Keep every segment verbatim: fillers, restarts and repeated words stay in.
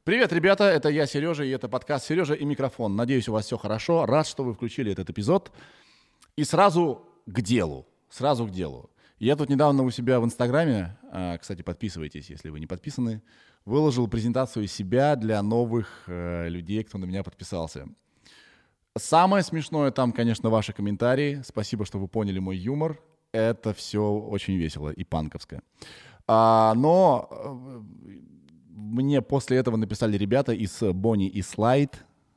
Привет, ребята, это я, Сережа, и это подкаст «Сережа и микрофон». Надеюсь, у вас все хорошо. Рад, что вы включили этот эпизод. И сразу к делу, сразу к делу. Я тут недавно у себя в Инстаграме, кстати, подписывайтесь, если вы не подписаны, выложил презентацию себя для новых э, людей, кто на меня подписался. Самое смешное там, конечно, ваши комментарии. Спасибо, что вы поняли мой юмор. Это все очень весело и панковское. А, но э, мне после этого написали ребята из Bonnie и Slide.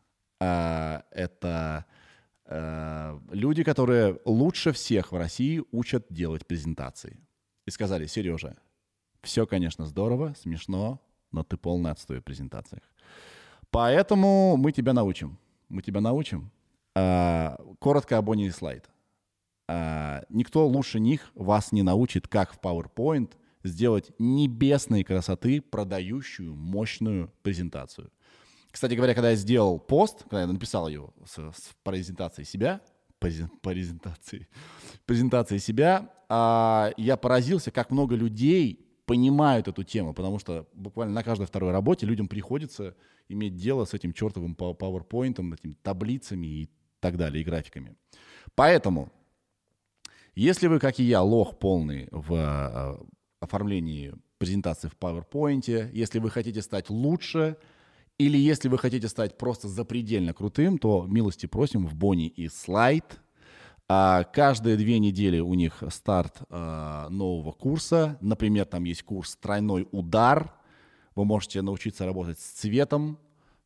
А, это а, люди, которые лучше всех в России учат делать презентации. И сказали: Сережа, все, конечно, здорово, смешно, но ты полный отстой в презентациях. Поэтому мы тебя научим. Мы тебя научим. А, коротко о Bonnie и Slide. А, никто лучше них вас не научит, как в PowerPoint сделать небесной красоты продающую мощную презентацию. Кстати говоря, когда я сделал пост, когда я написал ее с, с презентацией себя, презентацией, презентацией себя, а, я поразился, как много людей понимают эту тему, потому что буквально на каждой второй работе людям приходится иметь дело с этим чертовым PowerPoint, этими таблицами и так далее, и графиками. Поэтому, если вы, как и я, лох полный в оформлении презентации в PowerPoint, если вы хотите стать лучше, или если вы хотите стать просто запредельно крутым, то милости просим в Bonnie и Slide. А, каждые две недели у них старт а, нового курса. Например, там есть курс «Тройной удар». Вы можете научиться работать с цветом,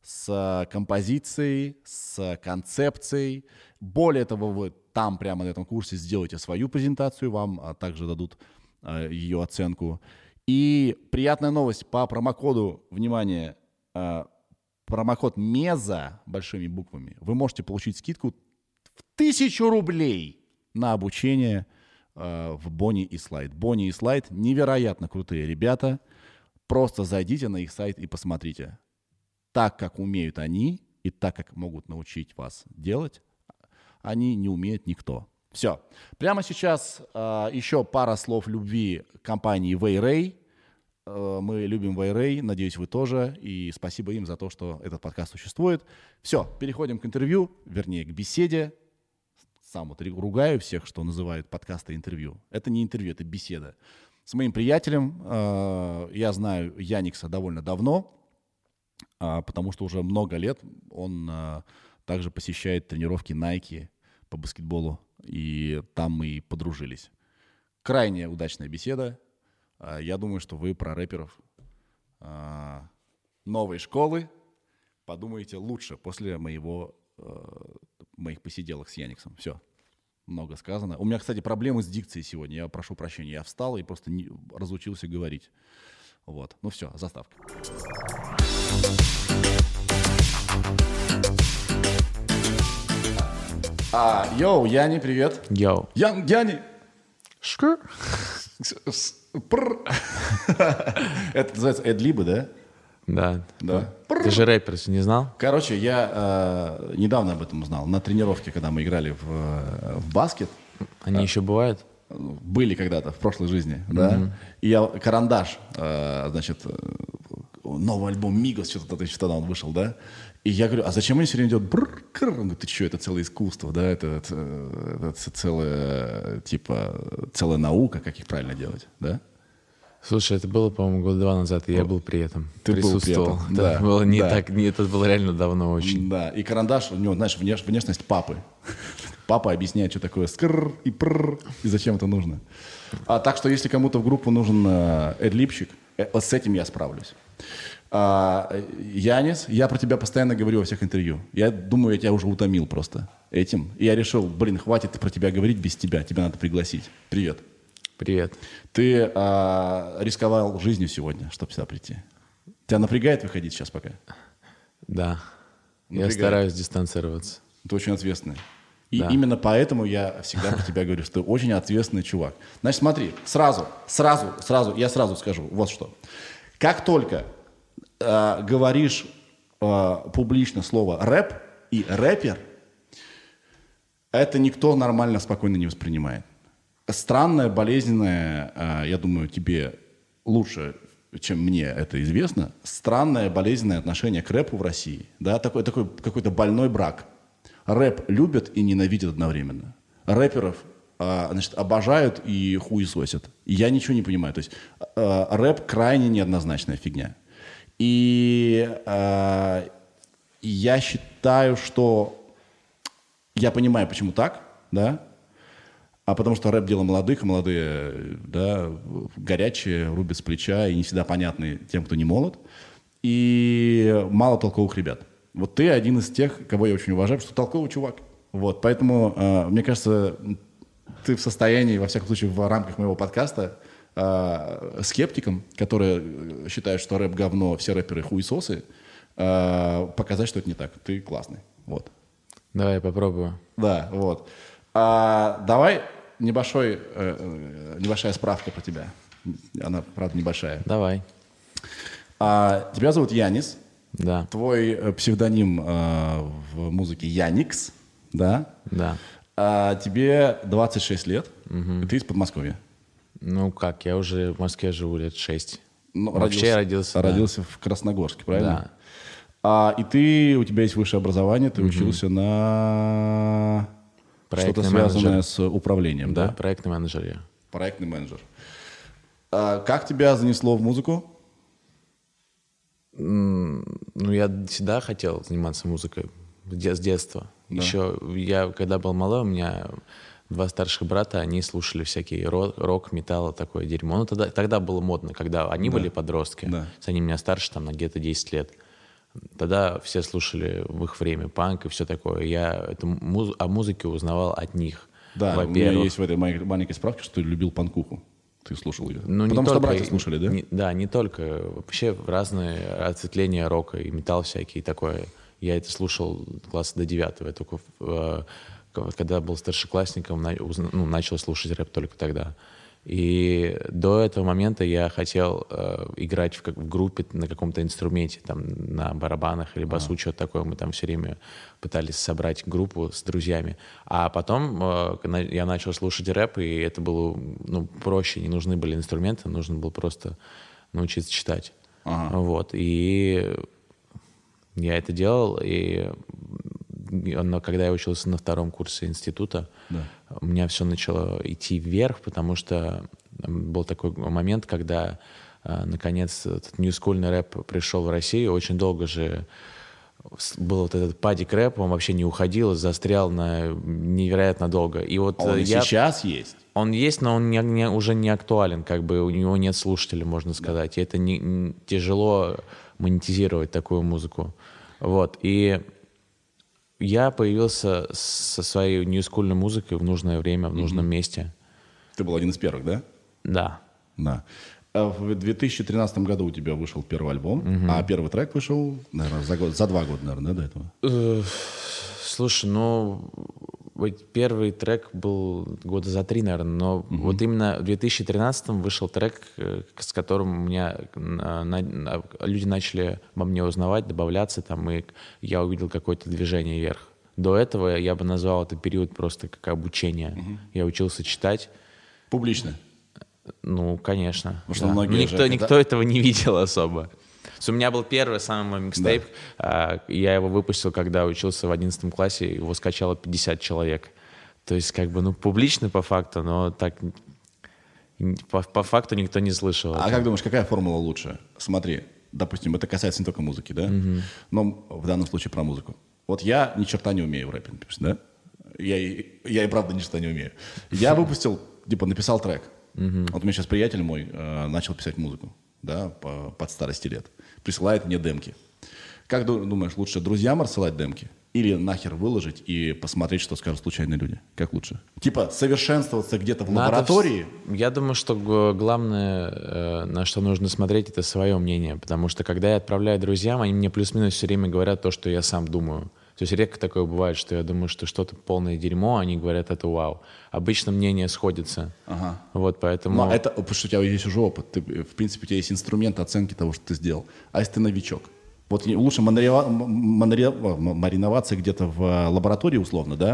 с композицией, с концепцией. Более того, вы там прямо на этом курсе сделаете свою презентацию, вам а, также дадут а, ее оценку. И приятная новость по промокоду, внимание, а, промокод МЕЗА большими буквами, вы можете получить скидку в тысячу рублей на обучение э, в Bonnie и Slide. Bonnie и Slide невероятно крутые ребята. Просто зайдите на их сайт и посмотрите. Так, как умеют они, и так, как могут научить вас делать, они не умеет никто. Все. Прямо сейчас э, еще пара слов любви компании Way-Ray. Мы любим Way-Ray, надеюсь, вы тоже, и спасибо им за то, что этот подкаст существует. Все, переходим к интервью, вернее, к беседе. Сам вот ругаю всех, что называют подкасты интервью. Это не интервью, это беседа. С моим приятелем, я знаю Яникса довольно давно, потому что уже много лет он также посещает тренировки Nike по баскетболу, и там мы и подружились. Крайне удачная беседа. Я думаю, что вы про рэперов э, новой школы подумаете лучше после моего, э, моих посиделок с Яниксом. Все, много сказано. У меня, кстати, проблемы с дикцией сегодня. Я прошу прощения. Я встал и просто не, разучился говорить. Вот. Ну все, заставка. А, йоу, Яни, привет. Йоу. Ян, Яни. Шкур. Это называется эдлибы, да? Да. Да. Ты же рэпер, ты не знал? Короче, я э, недавно об этом узнал. На тренировке, когда мы играли в, в баскет. Они а, еще бывают? Были когда-то, в прошлой жизни, mm-hmm. да. И я Карандаш, э, значит, новый альбом Мигос, что-то тогда он вышел, да. И я говорю, а зачем они все время делают бррр? Он говорит, ты что, это целое искусство, да, это, это, это целая, типа, целая наука, как их правильно делать, да? Слушай, это было, по-моему, года два назад, и я был при этом. Ты присутствовал. Был при этом, это да. Было не да. так, не, это было реально давно очень. Да, и Карандаш, у него, знаешь, внеш, внешность папы. Папа объясняет, что такое скррр и прррр, и зачем это нужно. А, так что, если кому-то в группу нужен э, эдлипщик, э, вот с этим я справлюсь. А, Янис, я про тебя постоянно говорю во всех интервью. Я думаю, я тебя уже утомил просто этим. И я решил, блин, хватит про тебя говорить без тебя. Тебя надо пригласить. Привет. Привет. Ты а, рисковал жизнью сегодня, чтобы сюда прийти. Тебя напрягает выходить сейчас пока? Да. Напрягает. Я стараюсь дистанцироваться. Ты очень ответственный. И да. именно поэтому я всегда про тебя говорю, что ты очень ответственный чувак. Значит, смотри, сразу, сразу, сразу, я сразу скажу вот что. Как только э, говоришь э, публично слово «рэп» и «рэпер», это никто нормально, спокойно не воспринимает. Странное, болезненное, э, я думаю, тебе лучше чем мне это известно, странное болезненное отношение к рэпу в России. Да, такой, такой какой-то больной брак. Рэп любят и ненавидят одновременно. Рэперов а, значит, обожают и хуесосят. И я ничего не понимаю. То есть а, рэп крайне неоднозначная фигня. И а, я считаю, что я понимаю, почему так, да, а потому что рэп — дело молодых, а молодые, да, горячие, рубят с плеча и не всегда понятны тем, кто не молод. И мало толковых ребят. Вот ты один из тех, кого я очень уважаю, потому что толковый чувак. Вот, поэтому, э, мне кажется, ты в состоянии, во всяком случае, в рамках моего подкаста, э, скептикам, которые считают, что рэп говно, все рэперы хуесосы, э, показать, что это не так. Ты классный. Вот. Давай я попробую. Да, вот. А, давай небольшой, э, небольшая справка про тебя. Она, правда, небольшая. Давай. А, тебя зовут Янис. Да. Твой э, псевдоним э, в музыке Яникс, да? Да. А, тебе двадцать шесть лет. Угу. Ты из Подмосковья. Ну как, я уже в Москве живу лет шесть. Ну, Вообще родился, родился да. в Красногорске, правильно? Да. А, и ты, у тебя есть высшее образование, ты угу. учился на проектный что-то связанное менеджер. с управлением, да? Да, проектный менеджер я. Проектный менеджер. А, как тебя занесло в музыку? Ну, я всегда хотел заниматься музыкой с детства. Да. Еще я, когда был малой, у меня два старших брата, они слушали всякие рок, рок металл, такое дерьмо. Ну, тогда, тогда было модно, когда они да. были подростки. Да. Они меня старше там на где-то десять лет. Тогда все слушали в их время панк и все такое. Я эту муз... о музыке узнавал от них. Да, во-первых. У меня есть в этой маленькой справке, что ты любил панкуху. Ты слушал ее. Ну, Потому не что только, братья слушали, да? Не, да, не только. Вообще разные ответвления рока и металл всякий такое. Я это слушал класса до девятого. Я только, э, когда был старшеклассником, на, ну, начал слушать рэп только тогда. И до этого момента я хотел э, играть в, как, в группе на каком-то инструменте, там, на барабанах или басу, а. что-то такое. Мы там все время пытались собрать группу с друзьями. А потом э, я начал слушать рэп, и это было ну, проще. Не нужны были инструменты, нужно было просто научиться читать. Ага. Вот. И я это делал, и но когда я учился на втором курсе института, да. у меня все начало идти вверх, потому что был такой момент, когда, наконец, этот ньюскульный рэп пришел в Россию. Очень долго же был вот этот падик рэп, он вообще не уходил, застрял на невероятно долго. И вот он я... сейчас есть? Он есть, но он не, не, уже не актуален, как бы у него нет слушателей, можно сказать. Да. И это не, не, тяжело монетизировать такую музыку. Вот, и... Я появился со своей ньюскульной музыкой в нужное время, в нужном mm-hmm. месте. Ты был один из первых, да? Да. Да. В две тысячи тринадцатом году у тебя вышел первый альбом, mm-hmm. а первый трек вышел, наверное, за, год, за два года, наверное, да, до этого? Слушай, ну, первый трек был года за три, наверное, но mm-hmm. вот именно в две тысячи тринадцатом вышел трек, с которым у меня на, на, люди начали обо мне узнавать, добавляться, там, и я увидел какое-то движение вверх. До этого я бы назвал это период просто как обучение. Mm-hmm. Я учился читать. Публично? Ну, конечно. Потому что да. многие никто, же, никто да? этого не видел особо. У меня был первый самый мой микстейп. Да. Я его выпустил, когда учился в одиннадцатом классе. Его скачало пятьдесят человек. То есть, как бы, ну, публично по факту, но так по, по факту никто не слышал. А это. Как думаешь, какая формула лучше? Смотри, допустим, это касается не только музыки, да? Угу. Но в данном случае про музыку. Вот я ни черта не умею в рэпе, да? Я, я и правда ни черта не умею. Я выпустил, типа, написал трек. Угу. Вот у меня сейчас приятель мой э, начал писать музыку, да, по, под старости лет. Присылает мне демки. Как думаешь, лучше друзьям рассылать демки? Или нахер выложить и посмотреть, что скажут случайные люди? Как лучше? Типа совершенствоваться где-то в Надо лаборатории? В... Я думаю, что главное, э, на что нужно смотреть, это свое мнение. Потому что когда я отправляю друзьям, они мне плюс-минус все время говорят то, что я сам думаю. То есть редко такое бывает, что я думаю, что что-то полное дерьмо, они говорят, это вау. Обычно мнения сходятся. Ага. Вот поэтому... Но это, потому что у тебя есть уже опыт. Ты, в принципе, у тебя есть инструмент оценки того, что ты сделал. А если ты новичок? Вот лучше манарива... манарива... мариноваться где-то в лаборатории условно, да?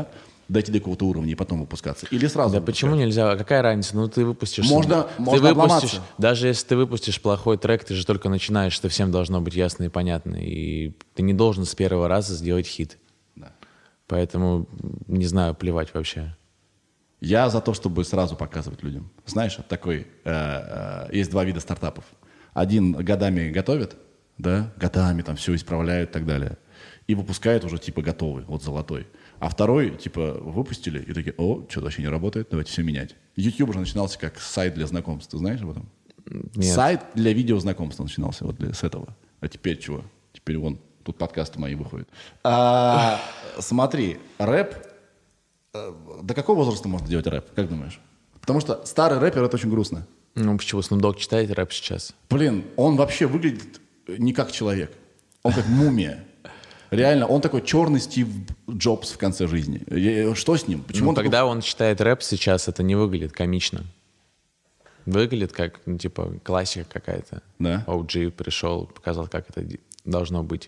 дойти до какого-то уровня и потом выпускаться? Или сразу Да выпускать? почему нельзя? Какая разница? Ну, ты выпустишь... Можно, ты можно выпустишь, обломаться. даже если ты выпустишь плохой трек, ты же только начинаешь, что всем должно быть ясно и понятно. И ты не должен с первого раза сделать хит. Да. Поэтому, не знаю, плевать вообще. Я за то, чтобы сразу показывать людям. Знаешь, такой, э, э, есть два вида стартапов. Один годами готовит, да, годами там все исправляют и так далее. И выпускают уже типа готовый, вот золотой. А второй, типа, выпустили и такие, о, что-то вообще не работает, давайте все менять. YouTube уже начинался как сайт для знакомств, ты знаешь об этом? Нет. Сайт для видеознакомства начинался вот для, с этого. А теперь чего? Теперь вон, тут подкасты мои выходят. А, смотри, рэп, э, до какого возраста можно делать рэп, как думаешь? Потому что старый рэпер — это очень грустно. Ну, почему Snoop Dogg читает рэп сейчас? Блин, он вообще выглядит не как человек. Он как мумия. Реально, он такой черный Стив Джобс в конце жизни. Я- Что с ним? Почему Ну, он такой- когда он читает рэп сейчас, это не выглядит комично. Выглядит как, ну, типа, классика какая-то. Да. о джи пришел, показал, как это ди- должно быть.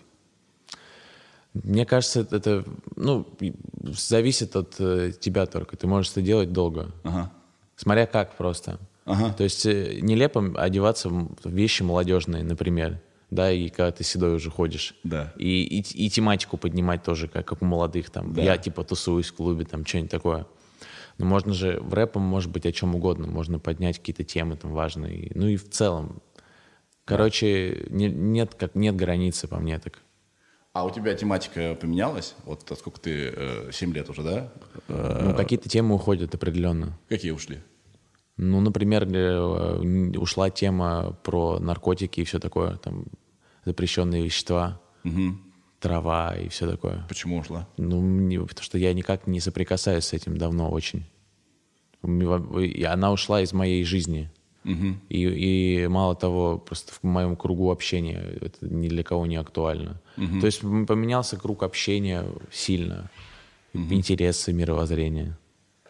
Мне кажется, это, ну, и зависит от э, тебя только. Ты можешь это делать долго. Ага. Смотря как просто. Ага. То есть э, нелепо одеваться в вещи молодежные, например. Да, и когда ты седой уже ходишь. Да. И, и, и тематику поднимать тоже, как, как у молодых. Там. Да. Я типа тусуюсь в клубе, там что-нибудь такое. Но можно же, в рэпом может быть о чем угодно. Можно поднять какие-то темы там важные. Ну и в целом. Короче, не- нет, как, нет границы по мне так. А у тебя тематика поменялась? Вот сколько ты, э, семь лет уже, да? Э, Ну, какие-то темы уходят определенно. Какие ушли? Ну, например, э, н- ушла тема про наркотики и все такое, там, запрещенные вещества, Мгм. трава и все такое. Почему ушла? Ну, мне- потому что я никак не соприкасаюсь с этим давно очень. У меня- и она ушла из моей жизни. Мгм. И, и мало того, просто в моем кругу общения это ни для кого не актуально. То есть м, поменялся круг общения сильно, интересы, мировоззрение.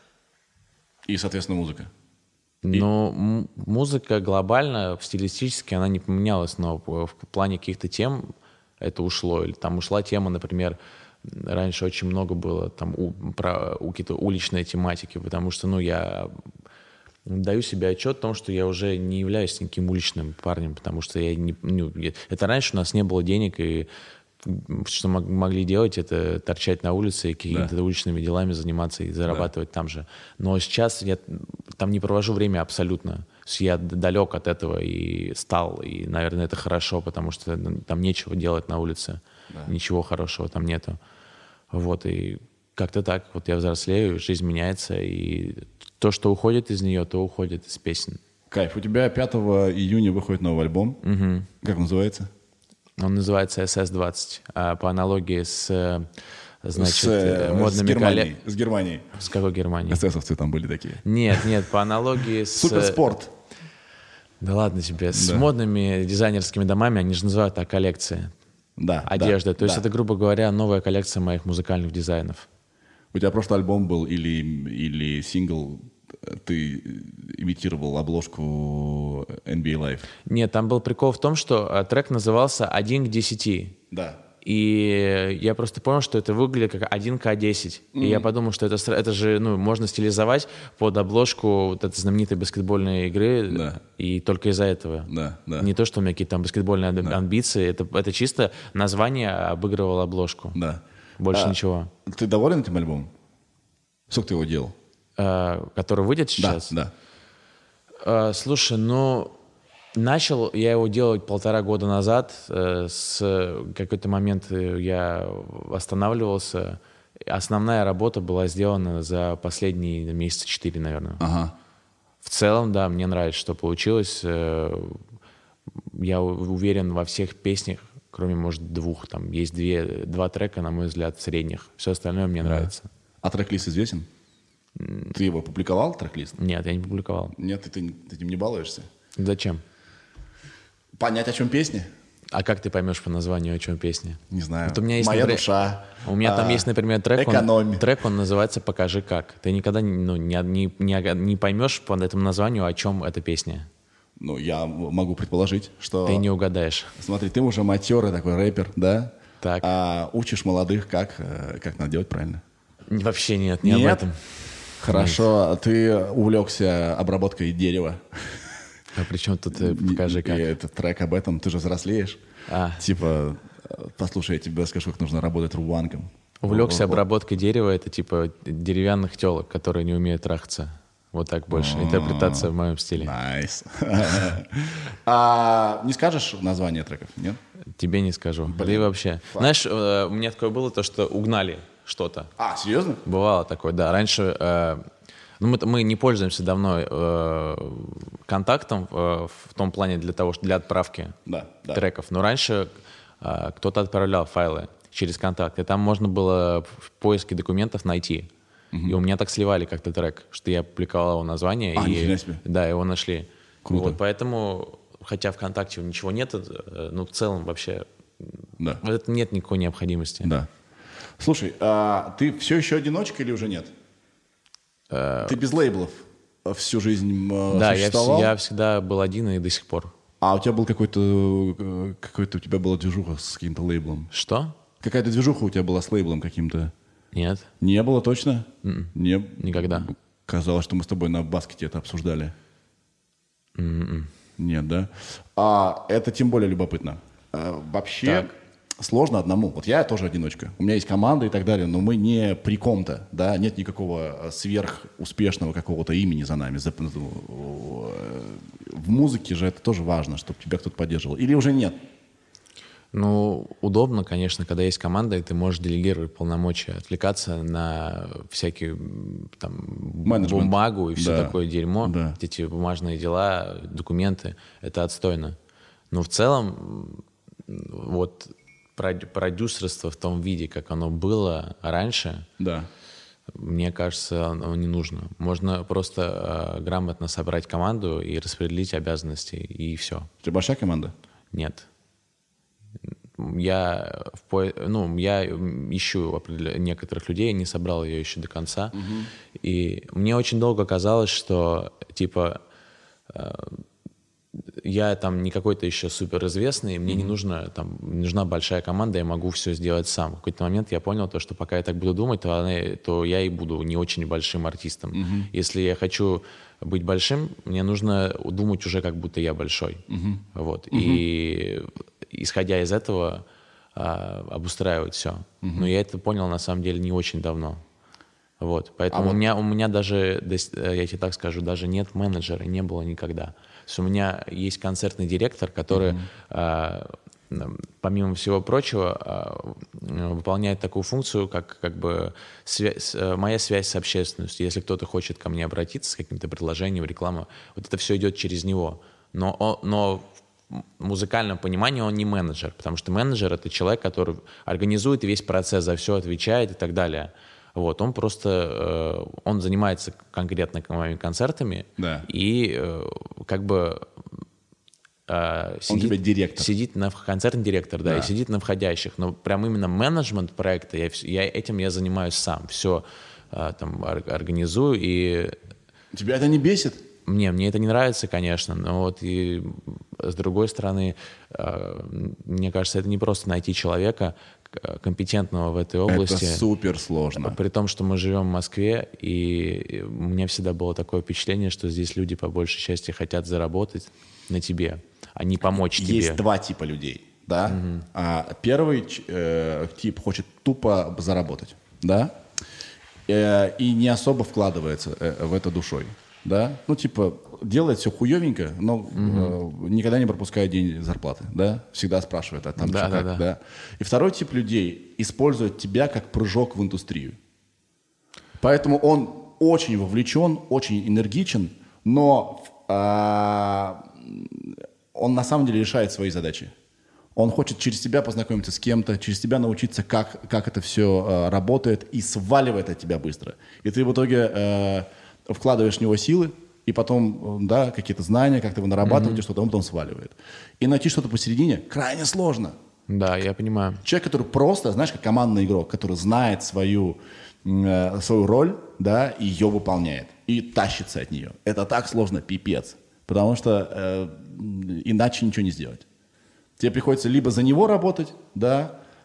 И, соответственно, музыка. Но м- музыка глобально, стилистически, она не поменялась, но в в плане каких-то тем это ушло. Или там ушла тема, например, раньше очень много было там у- про у какие-то уличные тематики, потому что, ну, я даю себе отчет в том, что я уже не являюсь никаким уличным парнем, потому что я не... ну, я- это раньше у нас не было денег, и м, что мог- могли делать, это торчать на улице и какими-то Да. уличными делами заниматься и зарабатывать там же. Но сейчас я там не провожу время абсолютно. То есть я д- далек от этого и стал, и, наверное, это хорошо, потому что ну, там нечего делать на улице. Ничего хорошего там нету. Вот, и как-то так. Вот я взрослею, жизнь меняется, и то, что уходит из нее, то уходит из песен. Кайф. У тебя пятого июня выходит новый альбом. Мгм. Как он называется? Он называется эс эс двадцать, а по аналогии с, э, значит, с, э, э, модными с Германией. коллегами. С Германией. С какой Германии? эсэсовцы там были такие. Нет, нет, по аналогии с... Суперспорт. Да ладно тебе, с Да. модными дизайнерскими домами, они же называют так коллекции. Да. Одежда. да, То есть да. это, грубо говоря, новая коллекция моих музыкальных дизайнов. У тебя прошлый альбом был или, или сингл, ты имитировал обложку эн би эй Live. Нет, там был прикол в том, что э, трек назывался «один к десяти». Да. И я просто понял, что это выглядит как один ка десять. И я подумал, что это, сра- это же ну, можно стилизовать под обложку вот этой знаменитой баскетбольной игры. Да. И только из-за этого. Да, да. Не то, что у меня какие-то там баскетбольные амби- амбиции. Это, это чисто название обыгрывало обложку. Да. Больше А, ничего. Ты доволен этим альбомом? Сколько ты его делал? Э, который выйдет сейчас? Да, Э, слушай, ну, начал я его делать полтора года назад. Э, с какой-то момент э, я останавливался. Основная работа была сделана за последние месяца четыре, наверное. да. Ага. В целом, да, мне нравится, что получилось. Э, Я у- уверен во всех песнях, кроме, может, двух. Там есть две, два трека, на мой взгляд, средних. Все остальное мне нравится. А трек-лист известен? Ты его публиковал, трек-лист? Нет, я не публиковал. Нет, ты, ты, ты этим не балуешься? Зачем? Понять, о чем песня? А как ты поймешь по названию, о чем песня? Не знаю. Вот у меня есть, Моя например, душа. У меня там а, есть, например, трек, экономь. он, трек, он называется «Покажи как». Ты никогда ну, не, не, не, не поймешь по этому названию, о чем эта песня. Ну, я м- могу предположить, что... Ты не угадаешь. Смотри, ты уже матерый такой рэпер, да? Так. А учишь молодых, как, э, как надо делать правильно. Вообще нет, не Нет? об этом. Хорошо, нет. Ты увлекся обработкой дерева. А при чем тут, покажи как. И этот трек об этом, ты же взрослеешь. А. Типа, послушай, я тебе скажу, как нужно работать рубанком. Увлекся обработкой дерева, это типа деревянных телок, которые не умеют трахаться. Вот так больше. Интерпретация в моем стиле. Найс. А не скажешь название треков, нет? Тебе не скажу. Да и вообще. Знаешь, у меня такое было то, что угнали что-то. А, серьезно? Бывало такое, да. Раньше... Э, ну, мы, мы не пользуемся давно э, контактом э, в том плане для того, что для отправки да, да. треков. Но раньше э, кто-то отправлял файлы через контакт, и там можно было в поиске документов найти. Uh-huh. И у меня так сливали как-то трек, что я публиковал его название. А, и, себе. Да, его нашли. Круто. Вот, поэтому, хотя ВКонтакте ничего нет, ну, в целом вообще да. в этом нет никакой необходимости. Да. Слушай, а ты все еще одиночка или уже нет? Ты без лейблов всю жизнь да, существовал? Да, я, я всегда был один и до сих пор. А у тебя был какой-то, какой-то у тебя была движуха с каким-то лейблом? Что? Какая-то движуха у тебя была с лейблом каким-то? Нет. Не было точно? Mm-mm. Не. Никогда. Казалось, что мы с тобой на баскете это обсуждали. Mm-mm. Нет, да? А это тем более любопытно. А, вообще... Так. Сложно одному. Вот я тоже одиночка. У меня есть команда и так далее, но мы не при ком-то, да, нет никакого сверхуспешного какого-то имени за нами. В музыке же это тоже важно, чтобы тебя кто-то поддерживал. Или уже нет? Ну, удобно, конечно, когда есть команда, и ты можешь делегировать полномочия, отвлекаться на всякие там бумагу и все да. такое дерьмо, да. эти бумажные дела, документы. Это отстойно. Но в целом вот продюсерство в том виде, как оно было раньше, да. мне кажется, оно не нужно. Можно просто э, грамотно собрать команду и распределить обязанности, и все. У тебя большая команда? Нет. Я, в по... ну, я ищу определен... некоторых людей, не собрал ее еще до конца. Угу. И мне очень долго казалось, что типа... Э, я там не какой-то еще суперизвестный, мне mm-hmm. не нужно, там, нужна большая команда, я могу все сделать сам. В какой-то момент я понял, то, что пока я так буду думать, то, она, то я и буду не очень большим артистом. Mm-hmm. Если я хочу быть большим, мне нужно думать уже, как будто я большой. Mm-hmm. Вот. Mm-hmm. И исходя из этого, а, обустраивать все. Mm-hmm. Но я это понял, на самом деле, не очень давно. Вот. Поэтому а у, вот... меня, у меня даже, я тебе так скажу, даже нет менеджера, не было никогда. То есть у меня есть концертный директор, который, mm-hmm. э, помимо всего прочего, э, выполняет такую функцию, как, как бы связь, моя связь с общественностью. Если кто-то хочет ко мне обратиться с каким-то предложением, рекламой, вот это все идет через него. Но, он, но в музыкальном понимании он не менеджер, потому что менеджер — это человек, который организует весь процесс, за все отвечает и так далее. Вот, он просто, э, он занимается конкретно моими концертами, да. и э, как бы э, сидит, он тебя директор. Сидит на концертный директор, да, да, и сидит на входящих, но прям именно менеджмент проекта, я, я, этим я занимаюсь сам, все э, там организую. И... Тебя это не бесит? Мне, мне это не нравится, конечно, но вот и с другой стороны, э, мне кажется, это не просто найти человека, компетентного в этой области. Это супер сложно. При том, что мы живем в Москве, и у меня всегда было такое впечатление, что здесь люди по большей части хотят заработать на тебе, а не помочь Есть тебе. Есть два типа людей, да. Mm-hmm. А, первый э, тип хочет тупо заработать, да, э, и не особо вкладывается э, в это душой, да. Ну, типа, делает все хуевенько, но mm-hmm. э, никогда не пропускает день зарплаты, да, всегда спрашивает, а там да, что, да, как, да. да. И второй тип людей использует тебя как прыжок в индустрию. Поэтому он очень вовлечен, очень энергичен, но э, он на самом деле решает свои задачи. Он хочет через тебя познакомиться с кем-то, через тебя научиться, как, как это все э, работает, и сваливает от тебя быстро. И ты в итоге э, вкладываешь в него силы, и потом, да, какие-то знания, как-то вы нарабатываете, mm-hmm. что-то, он потом сваливает. И найти что-то посередине крайне сложно. Да, я понимаю. Человек, который просто, знаешь, как командный игрок, который знает свою, э, свою роль, да, и ее выполняет, и тащится от нее. Это так сложно, пипец. Потому что э, иначе ничего не сделать. Тебе приходится либо за него работать, да,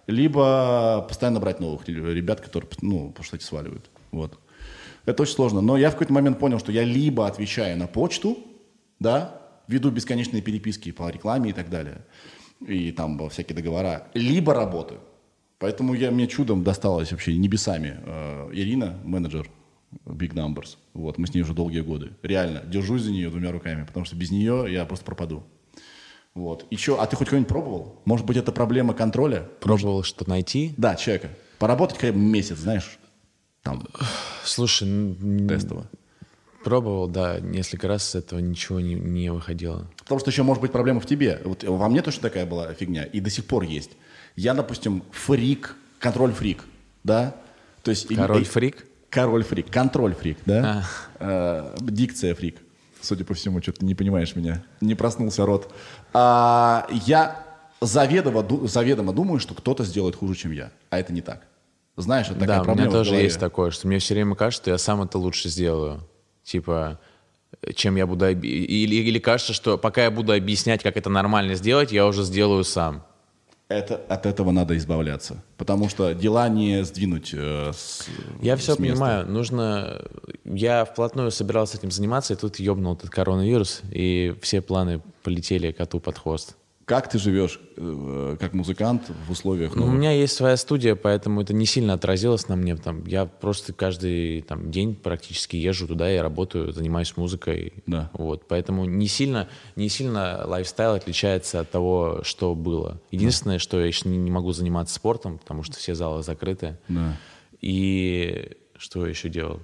либо постоянно брать новых ребят, которые, ну, по штате сваливают. Вот. Это очень сложно. Но я в какой-то момент понял, что я либо отвечаю на почту, да, веду бесконечные переписки по рекламе и так далее, и там всякие договора, либо работаю. Поэтому я, мне чудом досталась вообще небесами э, Ирина, менеджер Big Numbers. Вот, мы с ней уже долгие годы. Реально, держусь за нее двумя руками, потому что без нее я просто пропаду. Вот. И что, а ты хоть кого-нибудь пробовал? Может быть, это проблема контроля? Пробовал Может... что найти? Да, человека. Поработать хотя бы месяц, знаешь, там. Слушай, тестово. Пробовал, да, несколько раз с этого ничего не, не выходило. Потому что еще может быть проблема в тебе. Вот во мне точно такая была фигня, и до сих пор есть. Я, допустим, фрик, контроль-фрик, да? То есть, Король-фрик? Король-фрик, контроль-фрик, да? А. Э, дикция-фрик. Судя по всему, что-то не понимаешь меня. Не проснулся рот. А, я заведомо, заведомо думаю, что кто-то сделает хуже, чем я. А это не так. Знаешь, это такая да, проблема. Да, у меня тоже есть такое, что мне все время кажется, что я сам это лучше сделаю. Типа, чем я буду... Или, или кажется, что пока я буду объяснять, как это нормально сделать, я уже сделаю сам. Это, от этого надо избавляться. Потому что дела не сдвинуть э, с Я с все места. понимаю. Нужно... Я вплотную собирался этим заниматься, и тут ёбнул этот коронавирус, и все планы полетели коту под хвост. Как ты живешь э, как музыкант в условиях Ну, новых? у меня есть своя студия, поэтому это не сильно отразилось на мне. Там, я просто каждый там, день практически езжу туда и работаю, занимаюсь музыкой. Да. Вот, поэтому не сильно, не сильно лайфстайл отличается от того, что было. Единственное, да. что я еще не, не могу заниматься спортом, потому что все залы закрыты. Да. И что я еще делал?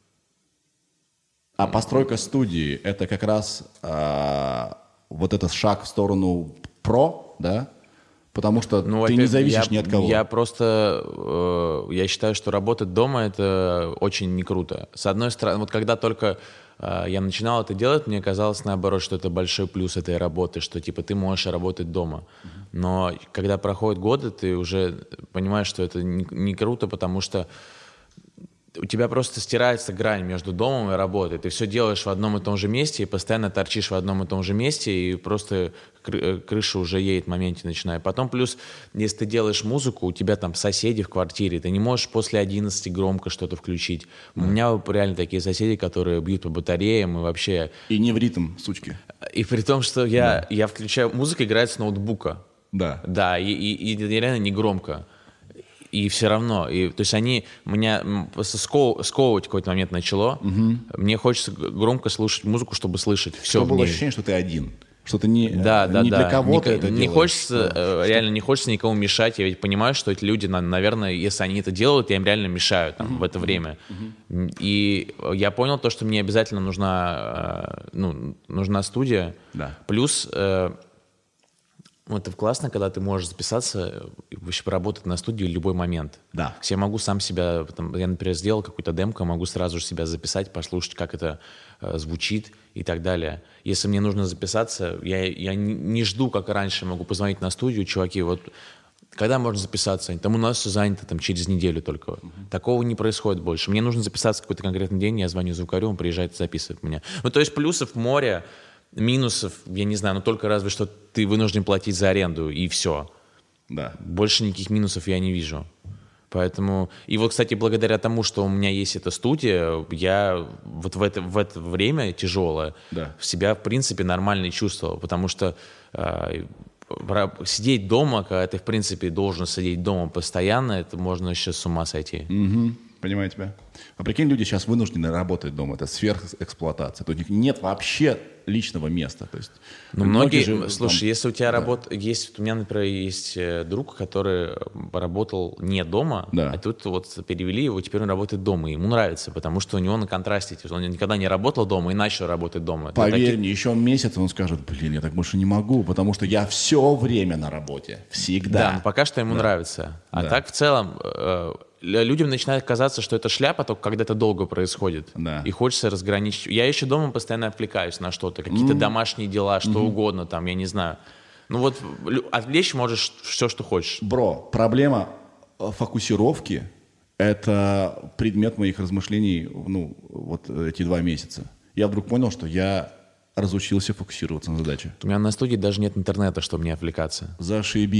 А постройка студии — это как раз а, вот этот шаг в сторону про, да? Потому что ну, ты не зависишь я, ни от кого. Я просто, э, я считаю, что работать дома — это очень не круто. С одной стороны, вот когда только э, я начинал это делать, мне казалось, наоборот, что это большой плюс этой работы, что типа ты можешь работать дома. Uh-huh. Но когда проходят годы, ты уже понимаешь, что это не, не круто, потому что у тебя просто стирается грань между домом и работой. Ты все делаешь в одном и том же месте, и постоянно торчишь в одном и том же месте, и просто кры- крыша уже едет в моменте начинает. Потом плюс, если ты делаешь музыку, у тебя там соседи в квартире, ты не можешь после одиннадцати громко что-то включить. Mm. У меня реально такие соседи, которые бьют по батареям и вообще... И не в ритм, сучки. И при том, что я, да. я включаю... Музыка играет с ноутбука. Да. Да, и, и, и реально не громко. И все равно, и, то есть они меня сков, сковывать в какой-то момент начало. Угу. Мне хочется громко слушать музыку, чтобы слышать все. Чтобы было ощущение, что ты один, что ты не, да, да, не да. для кого-то не, это не делаешь. Хочется, да. реально не хочется никому мешать. Я ведь понимаю, что эти люди, наверное, если они это делают, я им реально мешаю там, угу. в это время. Угу. И я понял то, что мне обязательно нужна, ну, нужна студия. Да. Плюс... Вот это классно, когда ты можешь записаться и вообще поработать на студии в любой момент. Да. Я могу сам себя, там, я, например, сделал какую-то демку, могу сразу же себя записать, послушать, как это э, звучит и так далее. Если мне нужно записаться, я, я не, не жду, как раньше, могу позвонить на студию, чуваки, вот когда можно записаться? Там у нас все занято там, через неделю только. Uh-huh. Такого не происходит больше. Мне нужно записаться в какой-то конкретный день, я звоню звукарю, он приезжает и записывает меня. Ну, то есть плюсов море. Минусов, я не знаю, но только разве что ты вынужден платить за аренду, и все. Да. Больше никаких минусов я не вижу. Поэтому... И вот, кстати, благодаря тому, что у меня есть эта студия, я вот в это, в это время тяжелое да. себя, в принципе, нормально чувствовал. Потому что э, сидеть дома, когда ты, в принципе, должен сидеть дома постоянно, это можно еще с ума сойти. Угу. Понимаю тебя. А прикинь, люди сейчас вынуждены работать дома. Это сверхэксплуатация. То есть нет вообще личного места. То есть, ну, многие, многие же, слушай, там, если у тебя да. работа... Есть, у меня, например, есть друг, который работал не дома, да. а тут вот перевели его, теперь он работает дома. И ему нравится, потому что у него на контрасте. Он никогда не работал дома и начал работать дома. Поверь таких... мне, еще месяц он скажет, блин, я так больше не могу, потому что я все время на работе. Всегда. Да, но пока что ему да. нравится. А да. так в целом... Э, людям начинает казаться, что это шляпа, только когда это долго происходит. Да. И хочется разграничить. Я еще дома постоянно отвлекаюсь на что-то. Какие-то mm. домашние дела, что mm-hmm. угодно там, я не знаю. Ну вот отвлечь можешь все, что хочешь. Бро, проблема фокусировки — это предмет моих размышлений, ну, вот эти два месяца. Я вдруг понял, что я разучился фокусироваться на задаче. У меня на студии даже нет интернета, чтобы не отвлекаться. Зашибись.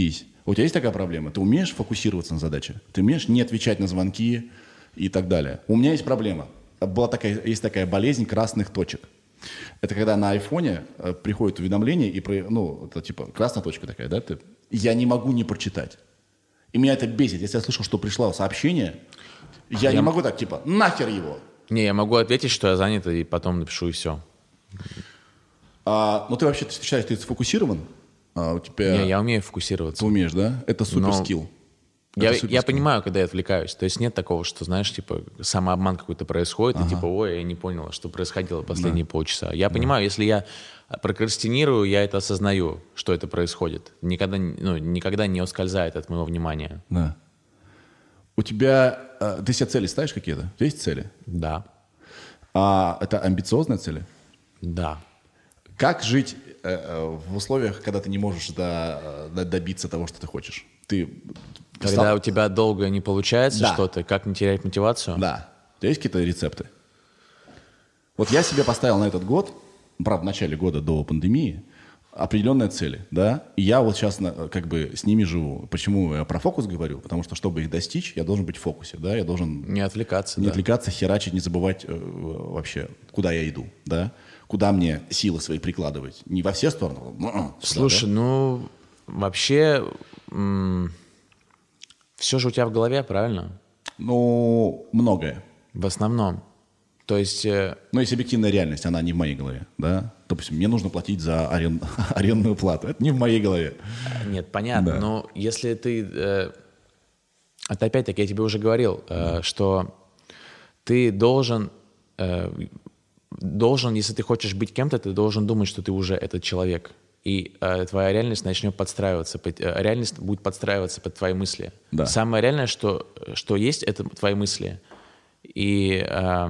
У тебя есть такая проблема? Ты умеешь фокусироваться на задаче? Ты умеешь не отвечать на звонки и так далее? У меня есть проблема. Была такая, есть такая болезнь красных точек. Это когда на айфоне э, приходит уведомление, и, про- ну, это типа красная точка такая, да? Ты, я не могу не прочитать. И меня это бесит. Если я слышал, что пришло сообщение, я, я не могу так, типа, нахер его. Не, я могу ответить, что я занят, и потом напишу, и все. А, ну, ты вообще ты считаешь, ты сфокусирован? А, у тебя... Не, я умею фокусироваться. Ты умеешь, да? Это супер Но скилл. Я, Это я понимаю, когда я отвлекаюсь. То есть нет такого, что, знаешь, типа, самообман какой-то происходит, ага. и типа, ой, я не понял, что происходило последние да. полчаса. Я да. понимаю, если я прокрастинирую, я это осознаю, что это происходит. Никогда, ну, никогда не ускользает от моего внимания. Да. У тебя... Ты себе цели ставишь какие-то? У тебя есть цели? Да. А это амбициозные цели? Да. Как жить э, в условиях, когда ты не можешь до, до, добиться того, что ты хочешь? Ты... Когда Стал... у тебя долго не получается да. что-то, как не терять мотивацию? Да. У тебя есть какие-то рецепты? Вот я себе поставил на этот год, правда, в начале года до пандемии, определенные цели, да, и я вот сейчас как бы с ними живу. Почему я про фокус говорю? Потому что, чтобы их достичь, я должен быть в фокусе, да, я должен... Не отвлекаться, Не да. отвлекаться, херачить, не забывать э, вообще, куда я иду, да, куда мне силы свои прикладывать. Не во все стороны. Сюда, Слушай, да? ну, вообще... М- Все же у тебя в голове, правильно? Ну, многое. В основном. То есть... Э... Но есть объективная реальность, она не в моей голове, да? Допустим, мне нужно платить за арен... арендную плату. Это не в моей голове. Нет, понятно. Да. Но если ты... Э... Это опять-таки, я тебе уже говорил, э, что ты должен... Э, должен, если ты хочешь быть кем-то, ты должен думать, что ты уже этот человек. И э, твоя реальность начнет подстраиваться, под, э, реальность будет подстраиваться под твои мысли. Да. Самое реальное, что, что есть, это твои мысли. И э,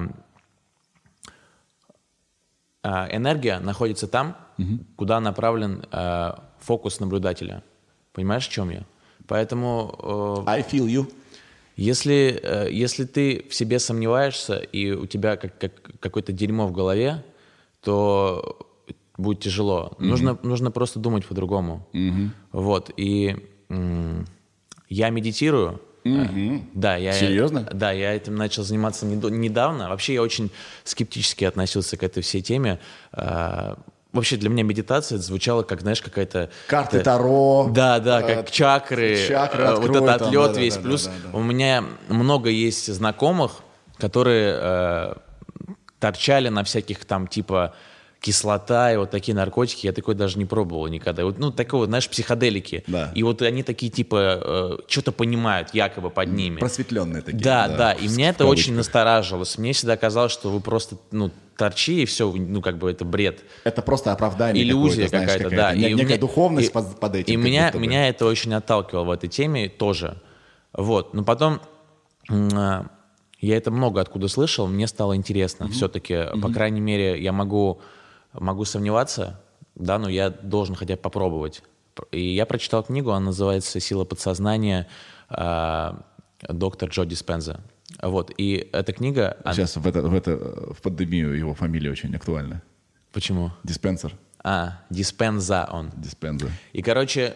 э, энергия находится там, угу. куда направлен э, фокус наблюдателя. Понимаешь, в чем я? Поэтому... Э, I feel you. Если, э, если ты в себе сомневаешься, и у тебя как, как, какое-то дерьмо в голове, то... будет тяжело. Mm-hmm. Нужно, нужно просто думать по-другому. Mm-hmm. Вот. И м- я медитирую. Mm-hmm. Да, я, Серьезно? Да, я этим начал заниматься недавно. Вообще я очень скептически относился к этой всей теме. Вообще для меня медитация звучала как, знаешь, какая-то... Карты Таро. Да, да, как чакры. Чакры вот этот там, отлет да, весь. Да, Плюс да, да, да. у меня много есть знакомых, которые э, торчали на всяких там типа... кислота и вот такие наркотики, я такой даже не пробовал никогда. Вот, ну, такого, знаешь, психоделики. Да. И вот они такие, типа, э, что-то понимают якобы под ними. Просветленные такие. Да, да, да. И меня это очень настораживалось. Мне всегда казалось, что вы просто, ну, торчи, и все, ну, как бы это бред. Это просто оправдание. Иллюзия какая-то, знаешь, какая-то, да. Не, и некая меня, духовность и, под, под этим. И меня, меня это очень отталкивало в этой теме тоже. Вот. Но потом... Э, я это много откуда слышал, мне стало интересно. Mm-hmm. Все-таки, mm-hmm. по крайней мере, я могу... Могу сомневаться, да, но я должен хотя бы попробовать. И я прочитал книгу, она называется «Сила подсознания», э, доктор Джо Диспенза. Вот, и эта книга... Сейчас она... в, это, в, это, в пандемию его фамилия очень актуальна. Почему? Диспенсер. А, Диспенза он. Диспенза. И, короче,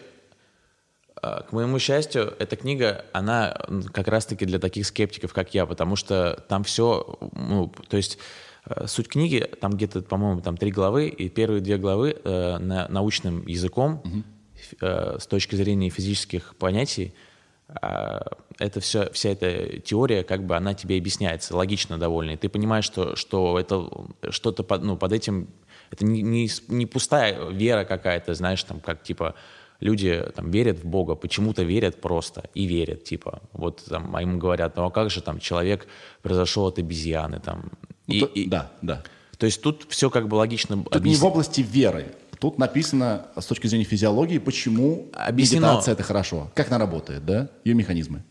к моему счастью, эта книга, она как раз-таки для таких скептиков, как я, потому что там все, ну, то есть... Суть книги, там где-то, по-моему, там три главы, и первые две главы э, на, научным языком, угу. э, с точки зрения физических понятий, э, это все, вся эта теория, как бы она тебе объясняется, логично довольно. И ты понимаешь, что, что это что-то под, ну, под этим, это не, не, не пустая вера какая-то, знаешь, там, как типа люди там верят в Бога, почему-то верят просто и верят, типа, вот там, а им говорят, ну а как же там человек произошел от обезьяны, там, И, ну, то, и, да, да. То есть тут все как бы логично тут объяснено. Не в области веры. Тут написано с точки зрения физиологии, почему объяснено. Медитация — это хорошо. Как она работает, да? Ее механизмы.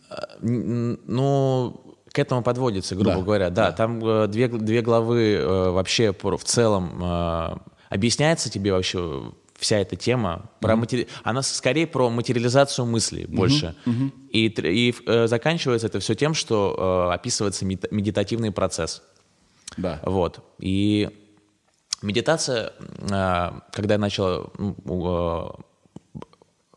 Ну, к этому подводится, грубо да, говоря. Да, да. там две, две главы э, вообще в целом э, объясняется тебе вообще вся эта тема. Про mm-hmm. матери... Она скорее про материализацию мыслей mm-hmm. больше. Mm-hmm. И, и э, заканчивается это все тем, что э, описывается медитативный процесс. Да. Вот. И медитация, когда я начал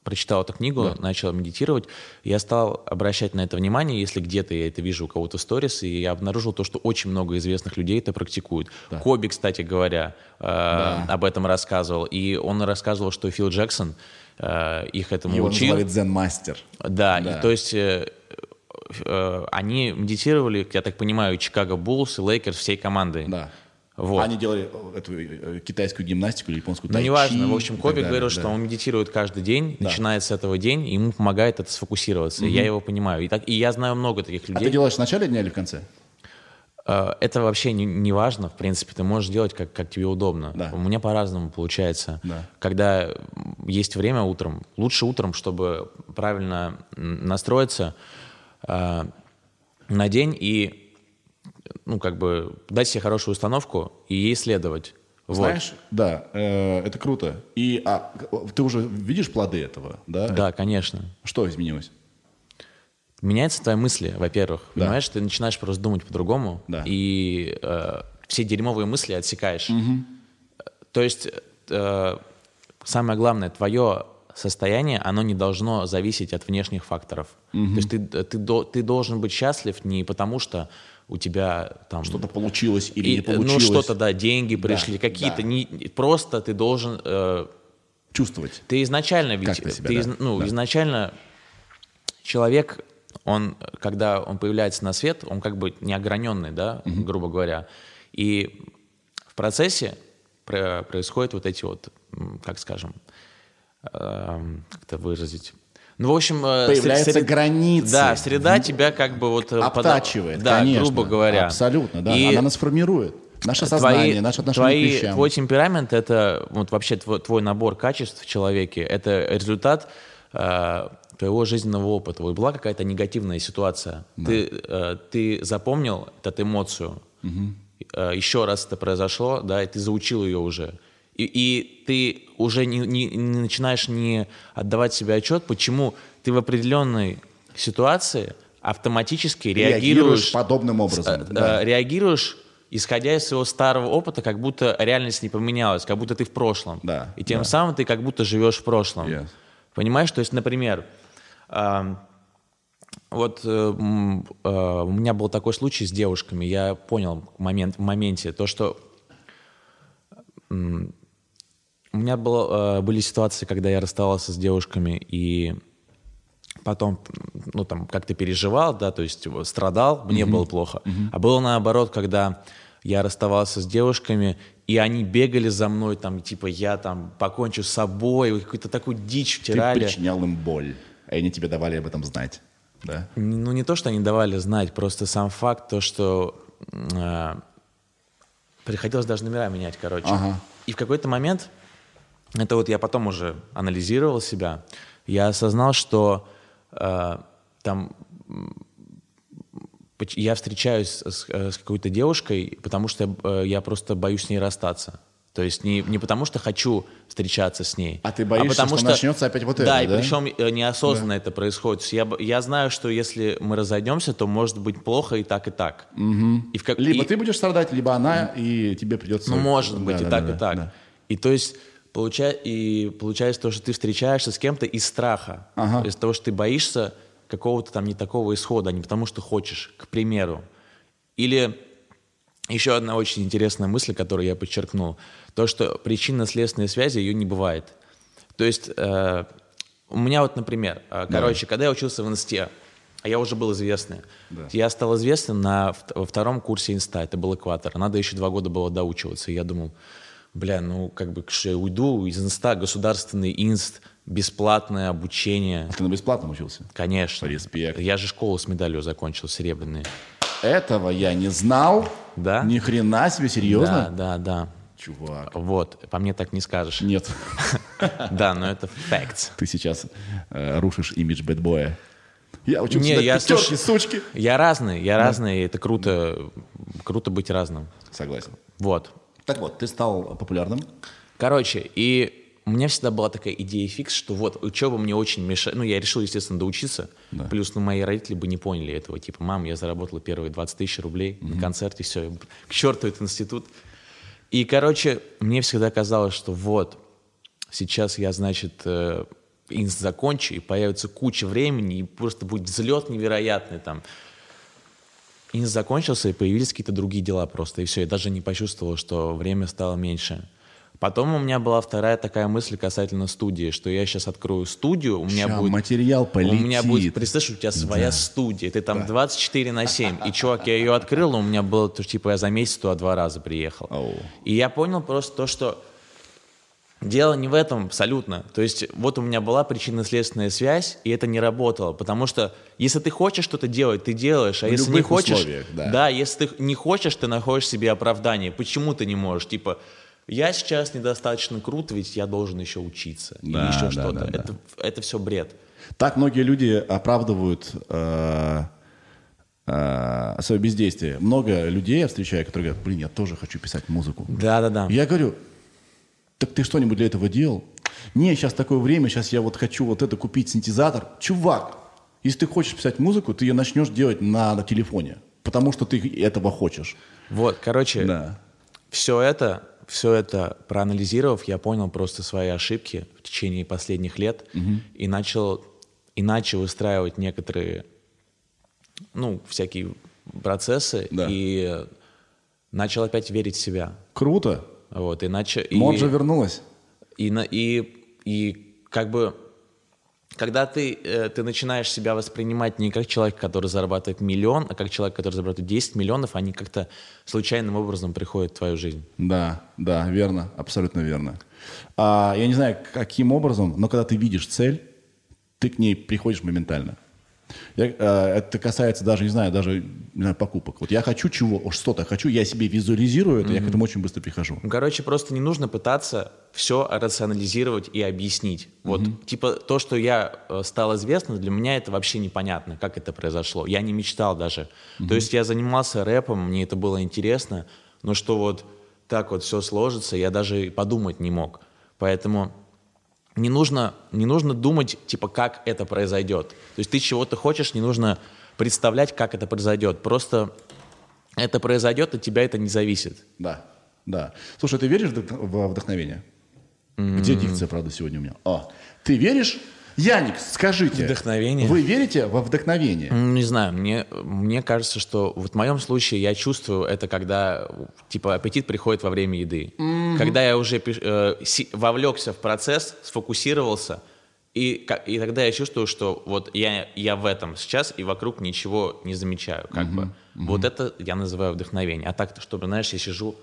прочитал эту книгу, Да. начал медитировать, я стал обращать на это внимание, если где-то я это вижу у кого-то в сторис, и я обнаружил то, что очень много известных людей это практикуют. Да. Коби, кстати говоря, э, Да. об этом рассказывал, и он рассказывал, что Фил Джексон э, их этому Его учил. называли дзен-мастер. Да, Да. И, то есть э, э, они медитировали, я так понимаю, Чикаго Буллс и Лейкерс всей командой. Да. Вот. Они делали эту э, китайскую гимнастику или японскую Ну, тайчи. неважно. В общем, и так Коби далее, говорил, да. что он медитирует каждый день, Да. начинает с этого день, и ему помогает это сфокусироваться. И я его понимаю. И, так, и я знаю много таких А людей. ты делаешь в начале дня или в конце? Э, Это вообще не, не важно, в принципе. Ты можешь делать, как, как тебе удобно. Да. У меня по-разному получается. Да. Когда есть время утром, лучше утром, чтобы правильно м, настроиться э, на день и ну, как бы дать себе хорошую установку и ей следовать. Вот. Знаешь, да, э, это круто. И а, ты уже видишь плоды этого, да? Да, конечно. Что изменилось? Меняются твои мысли, во-первых. Да. Понимаешь, ты начинаешь просто думать по-другому, Да. и э, все дерьмовые мысли отсекаешь. То есть э, самое главное, твое состояние, оно не должно зависеть от внешних факторов. То есть ты, ты, до- ты должен быть счастлив не потому, что у тебя там... Что-то получилось или и, не получилось? Ну, что-то, да, деньги пришли, Да, какие-то... да. Не, просто ты должен... э, Чувствовать. ты изначально ведь... Как ты себя, ты да. из- ну, Да. изначально человек, он, когда он появляется на свет, он как бы неограненный, да, грубо говоря. И в процессе про- происходят вот эти вот, м, как скажем, эм, как это выразить... Ну, в общем... э, Появляются сред- границы. Да, среда тебя как бы вот... э, пода- Обтачивает, да, конечно. грубо говоря. Абсолютно, да. И Она нас формирует. Наше сознание, твои, наше отношение твои, к вещам. Твой темперамент — это вот вообще твой, твой набор качеств в человеке, это результат э, твоего жизненного опыта. Вот была какая-то негативная ситуация, ты, э, ты запомнил эту эмоцию, э, еще раз это произошло, да, и ты заучил ее уже. И, и ты уже не, не- не начинаешь не отдавать себе отчет, почему ты в определенной ситуации автоматически Реагируешь реагируешь, подобным образом. э, да. э, реагируешь, исходя из своего старого опыта, как будто реальность не поменялась, как будто ты в прошлом. Да, И тем да. самым ты как будто живешь в прошлом. Yes. Понимаешь? То есть, например, эм, вот э, м, э, у меня был такой случай с девушками. Я понял момент, в моменте то, что м, у меня было, э, были ситуации, когда я расставался с девушками и потом, ну, там, как-то переживал, да, то есть страдал, мне было плохо. А было наоборот, когда я расставался с девушками, и они бегали за мной, там, типа, я там покончу с собой, какую-то такую дичь Ты втирали. причинял им боль, и они тебе давали об этом знать. Да? Ну, не то, что они давали знать, просто сам факт, то, что э, приходилось даже номера менять, короче. Ага. И в какой-то момент, это вот я потом уже анализировал себя, я осознал, что э, там м, поч- я встречаюсь с, э, с какой-то девушкой, потому что э, я просто боюсь с ней расстаться. То есть не, не потому, что хочу встречаться с ней. А ты боишься, потому что начнется опять вот это, Да, и да? причем э, неосознанно это происходит. То есть Я, б- я знаю, что если мы разойдемся, то может быть плохо и так, и так. И в как- Либо и- ты будешь страдать, либо она, и тебе придется... Ну, может Да, быть, и да, так, да, и так. да. И то есть получа... и получается то, что ты встречаешься с кем-то из страха. Ага. Из того, что ты боишься какого-то там не такого исхода, а не потому что хочешь, к примеру. Или еще одна очень интересная мысль, которую я подчеркнул. То, что причинно-следственной связи ее не бывает. То есть э, у меня вот, например, э, короче, когда я учился в инсте, а я уже был известный, Да. я стал известным на, вт- во втором курсе инста, это был экватор. Надо еще два года было доучиваться. И я думал, бля, ну как бы что я уйду из инста, государственный инст, бесплатное обучение. А ты на бесплатном учился? Конечно. Респект. Я же школу с медалью закончил, серебряные. Этого я не знал. Да? Ни хрена себе, серьезно? Да, да, да. Чувак. Вот, по мне так не скажешь. Нет. Да, но это facts. Ты сейчас э, рушишь имидж бэтбоя. Я учился Не, на я, пятерке, слушай, сучки. Я разный, я разный, и это круто, круто быть разным. Согласен. Вот. Так вот, ты стал популярным. Короче, и у меня всегда была такая идея фикс, что вот учеба мне очень мешает. Ну, я решил, естественно, доучиться. Да. Плюс, ну, мои родители бы не поняли этого. Типа, мам, я заработала первые двадцать тысяч рублей на концерте, все, к черту этот институт. И, короче, мне всегда казалось, что вот, сейчас я, значит, э, инст закончу, и появится куча времени, и просто будет взлет невероятный там. Инст закончился, и появились какие-то другие дела просто, и все. Я даже не почувствовал, что время стало меньше. Потом у меня была вторая такая мысль касательно студии, что я сейчас открою студию, у меня Ща будет... материал полетит. У меня будет, представляешь, у тебя своя Да. студия, ты там Да. двадцать четыре на семь, и, чувак, я ее открыл, но у меня было, то, типа, я за месяц туда два раза приехал. Оу. И я понял просто то, что дело не в этом абсолютно. То есть вот у меня была причинно-следственная связь, и это не работало, потому что если ты хочешь что-то делать, ты делаешь, а В если не любых хочешь... условиях, да. Да, если ты не хочешь, ты находишь себе оправдание. Почему ты не можешь? Типа, я сейчас недостаточно крут, ведь я должен еще учиться. Да, или еще да, что-то. да, да. Это, это все бред. Так многие люди оправдывают э, э, свое бездействие. Много людей я встречаю, которые говорят, блин, я тоже хочу писать музыку. Да-да-да. Я говорю, так ты что-нибудь для этого делал? Не, сейчас такое время, сейчас я вот хочу вот это купить синтезатор. Чувак, если ты хочешь писать музыку, ты ее начнешь делать на, на телефоне, потому что ты этого хочешь. Вот, короче, Да. все это, все это проанализировав, я понял просто свои ошибки в течение последних лет Мгм. и начал иначе выстраивать некоторые, ну, всякие процессы, Да. и начал опять верить в себя. Круто. Вот, иначе... и- Моджа вернулась. И, на- и, и как бы, когда ты, э, ты начинаешь себя воспринимать не как человек, который зарабатывает миллион, а как человек, который зарабатывает десять миллионов, они как-то случайным образом приходят в твою жизнь. Да, да, верно, абсолютно верно. А, я не знаю, каким образом, но когда ты видишь цель, ты к ней приходишь моментально. Я, а, это касается даже, не знаю, даже не знаю, покупок. Вот я хочу чего, что-то хочу, я себе визуализирую это, я к этому очень быстро прихожу. Ну, короче, просто не нужно пытаться все рационализировать и объяснить. Вот, типа, то, что я э, стал известным, для меня это вообще непонятно, как это произошло. Я не мечтал даже. То есть я занимался рэпом, мне это было интересно, но что вот так вот все сложится, я даже и подумать не мог. Поэтому не нужно, не нужно думать, типа, как это произойдет. То есть ты чего-то хочешь, не нужно представлять, как это произойдет. Просто это произойдет, от тебя это не зависит. Да, да. Слушай, ты веришь в вдох- во вдохновение? Где дикция, правда, сегодня у меня? А, ты веришь? Яник, скажите. Вдохновение? Вы верите во вдохновение? М, Не знаю, мне, мне кажется, что вот в моем случае я чувствую это, когда типа аппетит приходит во время еды. Когда я уже пиш- э, си- вовлекся в процесс, сфокусировался, и, ка- и тогда я чувствую, что вот я, я в этом сейчас и вокруг ничего не замечаю. Как бы. Вот это я называю вдохновение. А так, чтобы, знаешь, я сижу,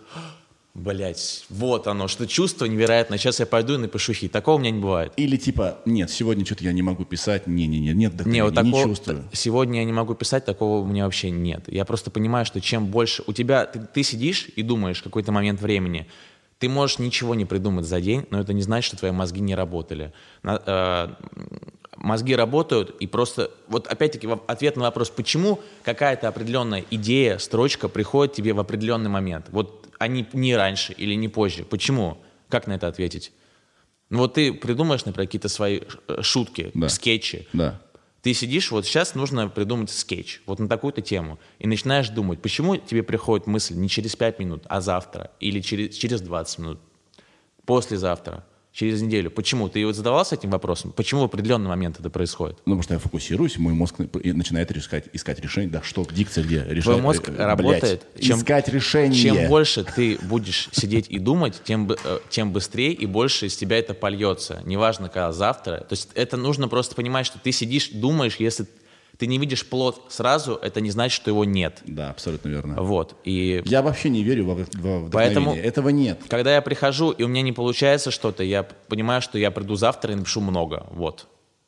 блять, вот оно, что чувство невероятное. Сейчас я пойду и напишу хит. Такого у меня не бывает. Или типа, нет, сегодня что-то я не могу писать, не-не-не, нет Не, вдохновения, вот не такого, чувствую. т- сегодня я не могу писать, такого у меня вообще нет. Я просто понимаю, что чем больше... У тебя... Ты, ты сидишь и думаешь в какой-то момент времени, ты можешь ничего не придумать за день, но это не значит, что твои мозги не работали. На- э, мозги работают, и просто... Вот опять-таки во- ответ на вопрос, почему какая-то определенная идея, строчка приходит тебе в определенный момент. Вот они не раньше или не позже. Почему? Как на это ответить? Ну вот ты придумаешь, например, какие-то свои э, шутки, Да. скетчи. Да. Ты сидишь, вот сейчас нужно придумать скетч, вот на такую-то тему, и начинаешь думать, почему тебе приходит мысль не через пять минут, а завтра, или через, через двадцать минут, послезавтра, через неделю. Почему? Ты вот задавался этим вопросом? Почему в определенный момент это происходит? Ну, потому что я фокусируюсь, мой мозг на- и начинает искать, искать решение. Да что, дикция где? Решать, Твой мозг э, блядь, работает. Чем- искать решение. Чем больше ты будешь сидеть и думать, тем, бы- э, тем быстрее и больше из тебя это польется. Неважно, когда завтра. То есть это нужно просто понимать, что ты сидишь, думаешь, если ты не видишь плод сразу, это не значит, что его нет. Да, абсолютно верно. Вот. И Я вообще не верю во, во вдохновение. Поэтому- Этого нет. когда я прихожу, и у меня не получается что-то, я понимаю, что я приду завтра и напишу много. Вот.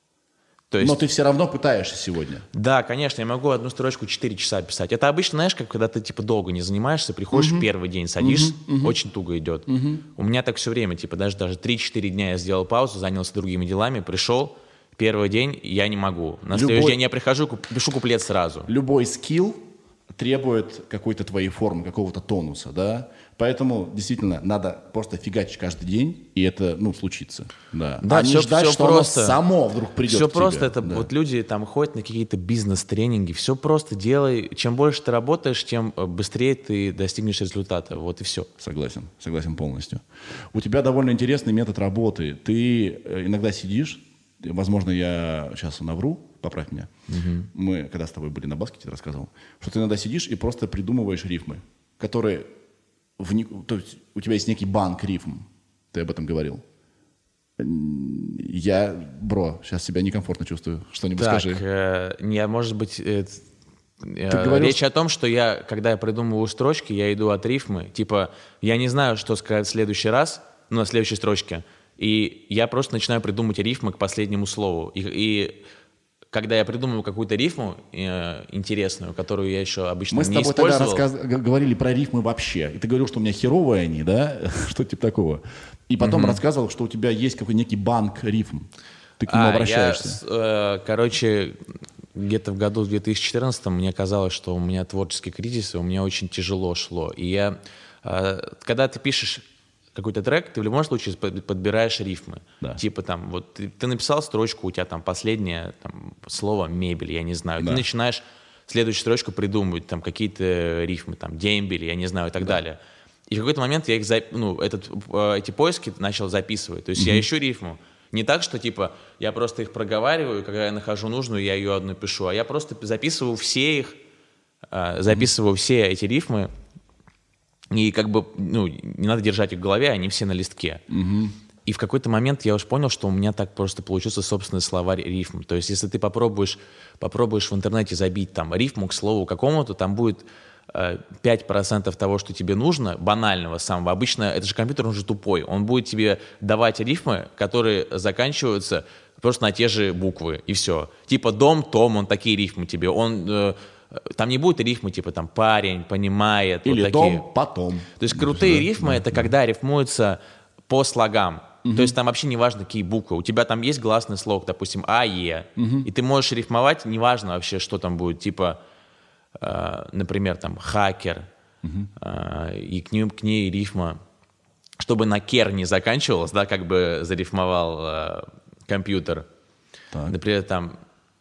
То есть, Но ты все равно пытаешься сегодня. да, конечно, я могу одну строчку четыре часа писать. Это обычно, знаешь, как когда ты типа долго не занимаешься, приходишь в первый день, садишься, очень туго идет. У меня так все время, типа даже, даже три-четыре дня я сделал паузу, занялся другими делами, пришел, первый день я не могу. На Любой- следующий день я прихожу, куп- пишу куплет сразу. Любой скилл требует какой-то твоей формы, какого-то тонуса, да? Поэтому действительно надо просто фигачить каждый день, и это, ну, случится. Да, Да, а не всё- ждать, всё что просто. оно само вдруг придет Все к тебе. просто, это Да. вот люди там ходят на какие-то бизнес-тренинги, все просто делай. Чем больше ты работаешь, тем э, быстрее ты достигнешь результата. Вот и все. Согласен, согласен полностью. У тебя довольно интересный метод работы. Ты э, иногда сидишь, возможно, я сейчас навру, поправь меня. Угу. Мы, когда с тобой были на баскете, рассказывал, что ты иногда сидишь и просто придумываешь рифмы, которые... В, то есть у тебя есть некий банк рифм. Ты об этом говорил. Я, бро, сейчас себя некомфортно чувствую. Что-нибудь так, скажи. Э, я, может быть... Э, Ты говорил, речь что... о том, что я, когда я придумываю строчки, я иду от рифмы. Типа, я не знаю, что сказать в следующий раз, ну, на следующей строчке. И я просто начинаю придумывать рифмы к последнему слову. И, и когда я придумываю какую-то рифму э, интересную, которую я еще обычно Мы не использовал... Мы с тобой тогда рассказ... говорили про рифмы вообще. И ты говорил, что у меня херовые они, да? Что-то типа такого. И потом mm-hmm. рассказывал, что у тебя есть какой-то некий банк рифм. Ты к нему а, обращаешься. Я, э, короче, где-то в году в две тысячи четырнадцатом мне казалось, что у меня творческий кризис, и у меня очень тяжело шло. И я... Э, когда ты пишешь какой-то трек, ты в любом случае подбираешь рифмы. Да. Типа там, вот ты, ты написал строчку, у тебя там последнее там, слово «мебель», я не знаю. Да. Ты начинаешь следующую строчку придумывать, там какие-то рифмы, там «дембель», я не знаю, и так да. далее. И в какой-то момент я их, ну, этот, эти поиски начал записывать. То есть mm-hmm. я ищу рифму. Не так, что типа я просто их проговариваю, и когда я нахожу нужную, я ее одну пишу, а я просто записываю все их, записываю mm-hmm. все эти рифмы, и как бы, ну, не надо держать их в голове, они все на листке. Mm-hmm. И в какой-то момент я уж понял, что у меня так просто получился собственный словарь рифм. То есть если ты попробуешь, попробуешь в интернете забить там рифму к слову какому-то, там будет э, пять процентов того, что тебе нужно, банального самого. Обычно, это же компьютер, он же тупой. Он будет тебе давать рифмы, которые заканчиваются просто на те же буквы, и все. Типа дом, том, он такие рифмы тебе. Он... Э, Там не будет рифмы, типа там парень, понимает. Или вот дом, такие. потом. То есть крутые да, рифмы да, это да. когда рифмуются по слогам. Угу. То есть там вообще не важно, какие буквы. У тебя там есть гласный слог, допустим, А, Е. Угу. И ты можешь рифмовать, неважно вообще, что там будет. Типа, э, например, там хакер. Угу. Э, и к, ним, к ней рифма, чтобы на кер не заканчивалось, да, как бы зарифмовал э, компьютер. Так. Например, там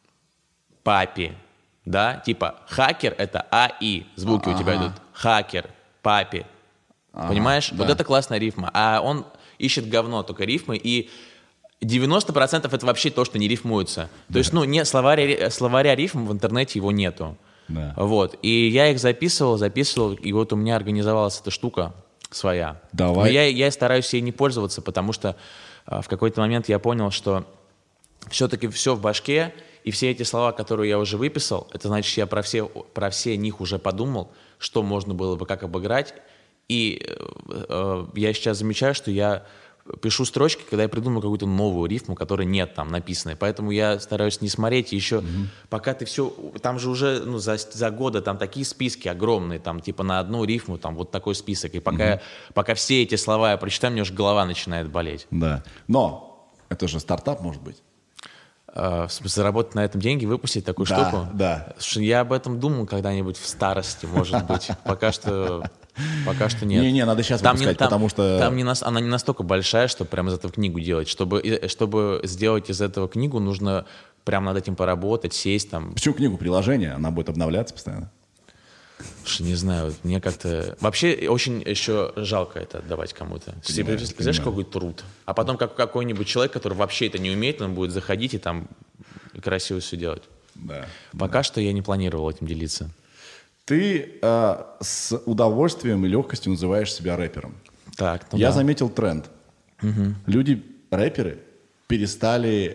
папи. Да, типа хакер это А И, звуки ага. у тебя идут. Хакер, папи. Ага, понимаешь? Да. Вот это классная рифма. А он ищет говно, только рифмы, и девяносто процентов это вообще то, что не рифмуется. Да. То есть, ну, не, словаря, словаря рифм в интернете его нету. Да. Вот. И я их записывал, записывал, и вот у меня организовалась эта штука своя. Давай. Но я, я стараюсь ей не пользоваться, потому что а, в какой-то момент я понял, что все-таки все в башке, и все эти слова, которые я уже выписал, это значит, я про все, про все них уже подумал, что можно было бы как обыграть. И э, я сейчас замечаю, что я пишу строчки, когда я придумаю какую-то новую рифму, которой нет там написанной. Поэтому я стараюсь не смотреть. И еще mm-hmm. пока ты все... Там же уже ну, за, за годы там такие списки огромные, там типа на одну рифму там вот такой список. И пока, mm-hmm. пока все эти слова я прочитаю, мне уже голова начинает болеть. Да. Но это же стартап, может быть. В смысле, заработать на этом деньги, выпустить такую да, штуку? Да, Слушай, я об этом думал когда-нибудь в старости, может быть. Пока что, пока что нет. Не-не, надо сейчас там выпускать, не, там, потому что... Там не, она не настолько большая, чтобы прямо из этого книгу делать. Чтобы, чтобы сделать из этого книгу, нужно прямо над этим поработать, сесть там. Почему книгу? Приложение, она будет обновляться постоянно. Слушай, не знаю, мне как-то... Вообще очень еще жалко это отдавать кому-то. Себе, знаешь, какой труд. А потом как, какой-нибудь человек, который вообще это не умеет, он будет заходить и там красиво все делать. Да, Пока да. что я не планировал этим делиться. Ты э, с удовольствием и легкостью называешь себя рэпером. Так, ну я да. заметил тренд. Угу. Люди, рэперы, перестали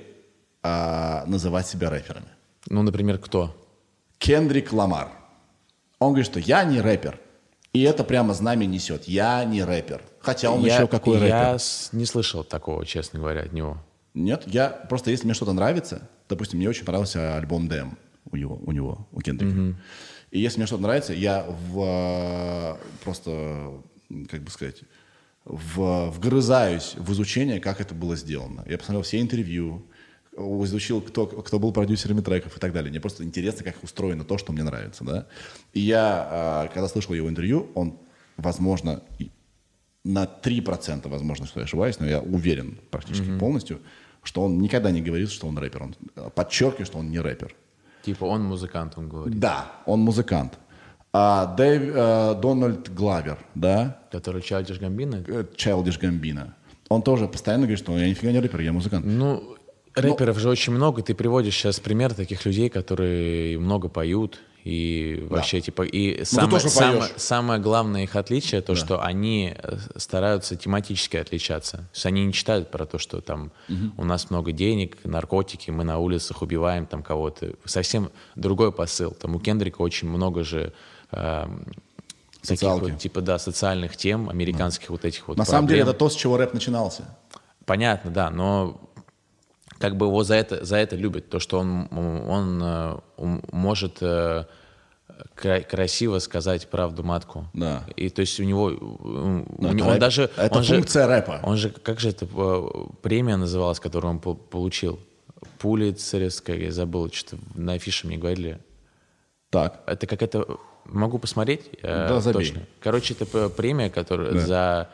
э, называть себя рэперами. Ну, например, кто? Кендрик Ламар. Он говорит, что я не рэпер. И это прямо знамя несет. Я не рэпер. Хотя он я, еще какой я рэпер. Я не слышал такого, честно говоря, от него. Нет, я просто, если мне что-то нравится, допустим, мне очень понравился альбом «Дэм» у него, у, него, у Кендрика. Mm-hmm. И если мне что-то нравится, я в, просто, как бы сказать, в, вгрызаюсь в изучение, как это было сделано. Я посмотрел все интервью, изучил, кто, кто был продюсерами треков и так далее. Мне просто интересно, как устроено то, что мне нравится. Да? И я, когда слышал его интервью, он, возможно, на три процента, возможно, что я ошибаюсь, но я уверен практически mm-hmm. полностью, что он никогда не говорит, что он рэпер. Он подчеркивает, что он не рэпер. Типа он музыкант, он говорит. Да, он музыкант. А Дэйв, а, Дональд Главер, да? Который Childish Gambino? Childish Gambino. Он тоже постоянно говорит, что я нифига не рэпер, я музыкант. Ну, Рэперов Но... же очень много. Ты приводишь сейчас пример таких людей, которые много поют. И да. вообще, типа, и самое, самое, самое главное их отличие, то, да. что они стараются тематически отличаться. То есть они не читают про то, что там угу. у нас много денег, наркотики, мы на улицах убиваем там кого-то. Совсем другой посыл. Там у Кендрика очень много же э, таких вот, типа, да, социальных тем, американских да. вот этих вот На проблем. самом деле это то, с чего рэп начинался. Понятно, да, но как бы его за это, за это любят, то, что он, он, он может красиво сказать правду матку. Да. И то есть у него, ну, у него это, он даже... Это он функция же, рэпа. Он же, как же эта премия называлась, которую он получил? Пулитцеровская, я забыл, что на афише мне говорили. Так. Это какая-то... Могу посмотреть? Да, забей. Точно. Короче, это премия, которая да. за...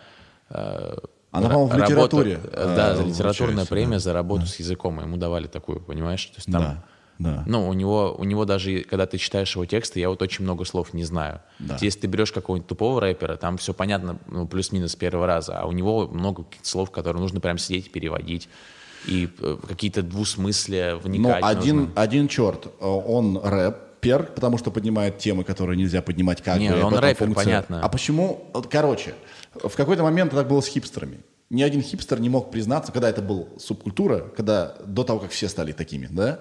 Она, по-моему, в литературе. Работу, да, за литературная премия да. за работу да. с языком. Ему давали такую, понимаешь? То есть там, да, да. Ну, у него, у него даже, когда ты читаешь его тексты, я вот очень много слов не знаю. Да. Если ты берешь какого-нибудь тупого рэпера, там все понятно, ну, плюс-минус с первого раза, а у него много слов, которые нужно прям сидеть и переводить. И какие-то двусмыслия вникать. Ну, один, один черт, он рэпер, потому что поднимает темы, которые нельзя поднимать как бы. Не, он рэпер, функция. Понятно. А почему? Короче, в какой-то момент так было с хипстерами. Ни один хипстер не мог признаться, когда это была субкультура, когда до того, как все стали такими, да,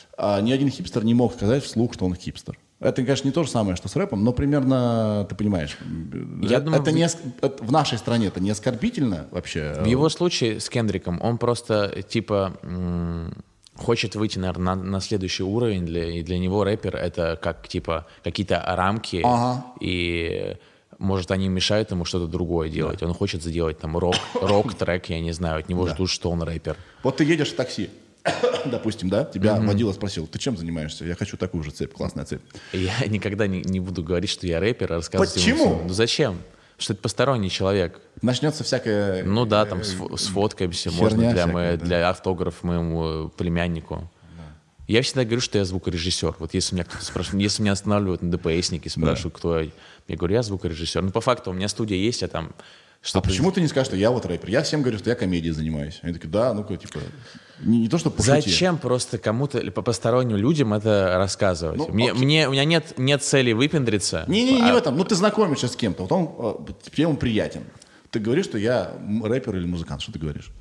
а ни один хипстер не мог сказать вслух, что он хипстер. Это, конечно, не то же самое, что с рэпом, но примерно, ты понимаешь, Я это, думаю, это не, это, в нашей стране это не оскорбительно вообще. В его случае с Кендриком он просто, типа, м- хочет выйти, наверное, на, на следующий уровень, для, и для него рэпер — это как, типа, какие-то рамки, ага. и... Может, они мешают ему что-то другое делать. Да. Он хочет заделать там рок, рок-трек, я не знаю, от него да. ждут, что он рэпер. Вот ты едешь в такси, допустим, да? Тебя mm-hmm. водила спросил, ты чем занимаешься? Я хочу такую же цепь, классная цепь. Я никогда не, не буду говорить, что я рэпер, а рассказывать Почему? ему. Ну зачем? Что это посторонний человек. Начнется всякая... Ну да, там сфоткаемся, можно для, мы, да. для автографа моему племяннику. Я всегда говорю, что я звукорежиссер. Вот если меня кто-то спрашивает, если меня останавливают на ДПСнике, спрашивают, да. кто я, я говорю, я звукорежиссер. Ну, по факту, у меня студия есть, а там... А почему ты не скажешь, что я вот рэпер? Я всем говорю, что я комедией занимаюсь. Они такие, да, ну-ка, типа... Не, не то, что пошути. Зачем просто кому-то, или по посторонним людям это рассказывать? Ну, мне, мне, у меня нет, нет цели выпендриться. Не-не-не, а... не в этом. Ну, ты знакомишься с кем-то, вот он, тебе он приятен. Ты говоришь, что я рэпер или музыкант. Что ты говоришь?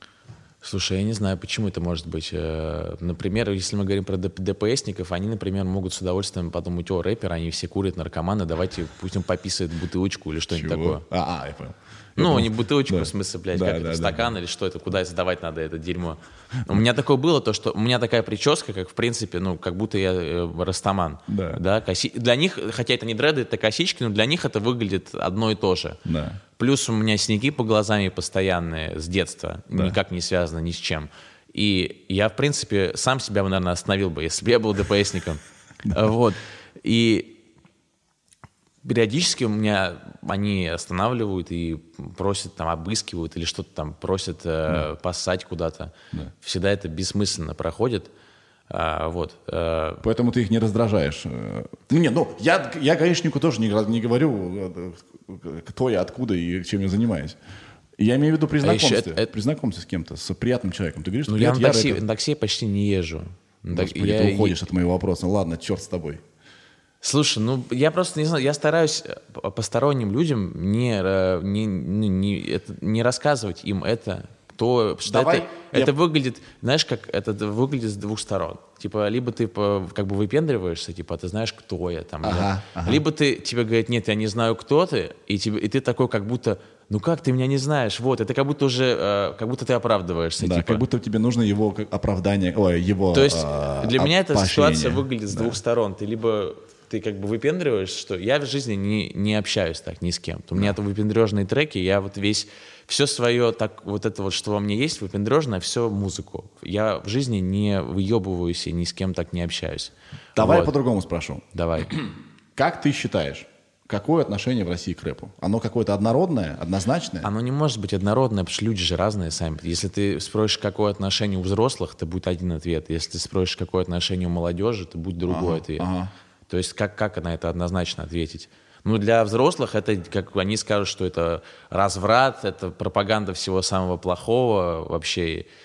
Слушай, я не знаю, почему это может быть. Например, если мы говорим про ДПСников, они, например, могут с удовольствием подумать, о, рэпер, они все курят, наркоманы, давайте пусть он пописает бутылочку или что-нибудь такое. А, а, я понял. Я ну, понял. Не бутылочку, да. в смысле, блядь, да, как да, это, да, стакан да. или что это, куда сдавать надо это дерьмо. У меня такое было, то, что у меня такая прическа, как, в принципе, ну, как будто я э, растаман. Да. Да, коси... Для них, хотя это не дреды, это косички, но для них это выглядит одно и то же. Да. Плюс у меня синяки по глазами постоянные с детства, да. никак не связано ни с чем. И я, в принципе, сам себя, наверное, остановил бы, если бы я был ДПСником. Вот. И периодически у меня они останавливают и просят, там, обыскивают или что-то там, просят да. э, поссать куда-то. Да. Всегда это бессмысленно проходит. А, вот. Э, Поэтому ты их не раздражаешь. Ну, нет, ну, я, я гаишнику тоже не, не говорю, кто я, откуда и чем я занимаюсь. Я имею в виду при знакомстве. А это, это... При знакомстве с кем-то, с приятным человеком. Ты говоришь, что ну, я на такси, я на такси почти не езжу. Господи, я, ты уходишь я... от моего вопроса. Ладно, черт с тобой. Слушай, ну я просто не знаю, я стараюсь посторонним людям не, не, не, это, не рассказывать им это, то, что Давай, это, я... это выглядит, знаешь, как это выглядит с двух сторон. Типа, либо ты как бы выпендриваешься, типа, ты знаешь, кто я там, ага, да? ага. Либо ты, тебе говорят, нет, я не знаю, кто ты, и, тебе, и ты такой, как будто, ну как ты меня не знаешь, вот, это как будто уже, э, как будто ты оправдываешься. Да, типа. Как будто тебе нужно его оправдание, ой, его То есть э, для меня эта поощрение. Ситуация выглядит с да. двух сторон. Ты либо ты как бы выпендриваешь, что я в жизни не, не общаюсь так ни с кем. У меня это выпендрежные треки, я вот весь, все свое, так, вот это вот, что во мне есть, выпендрежное, все музыку. Я в жизни не выебываюсь и ни с кем так не общаюсь. Давай вот. я по-другому спрошу. Давай. Как ты считаешь, какое отношение в России к рэпу? Оно какое-то однородное, однозначное? Оно не может быть однородное, потому что люди же разные сами. Если ты спросишь, какое отношение у взрослых, это будет один ответ. Если ты спросишь, какое отношение у молодежи, это будет другой ага, ответ. Ага. То есть как, как на это однозначно ответить? Ну, для взрослых это, как они скажут, что это разврат, это пропаганда всего самого плохого вообще.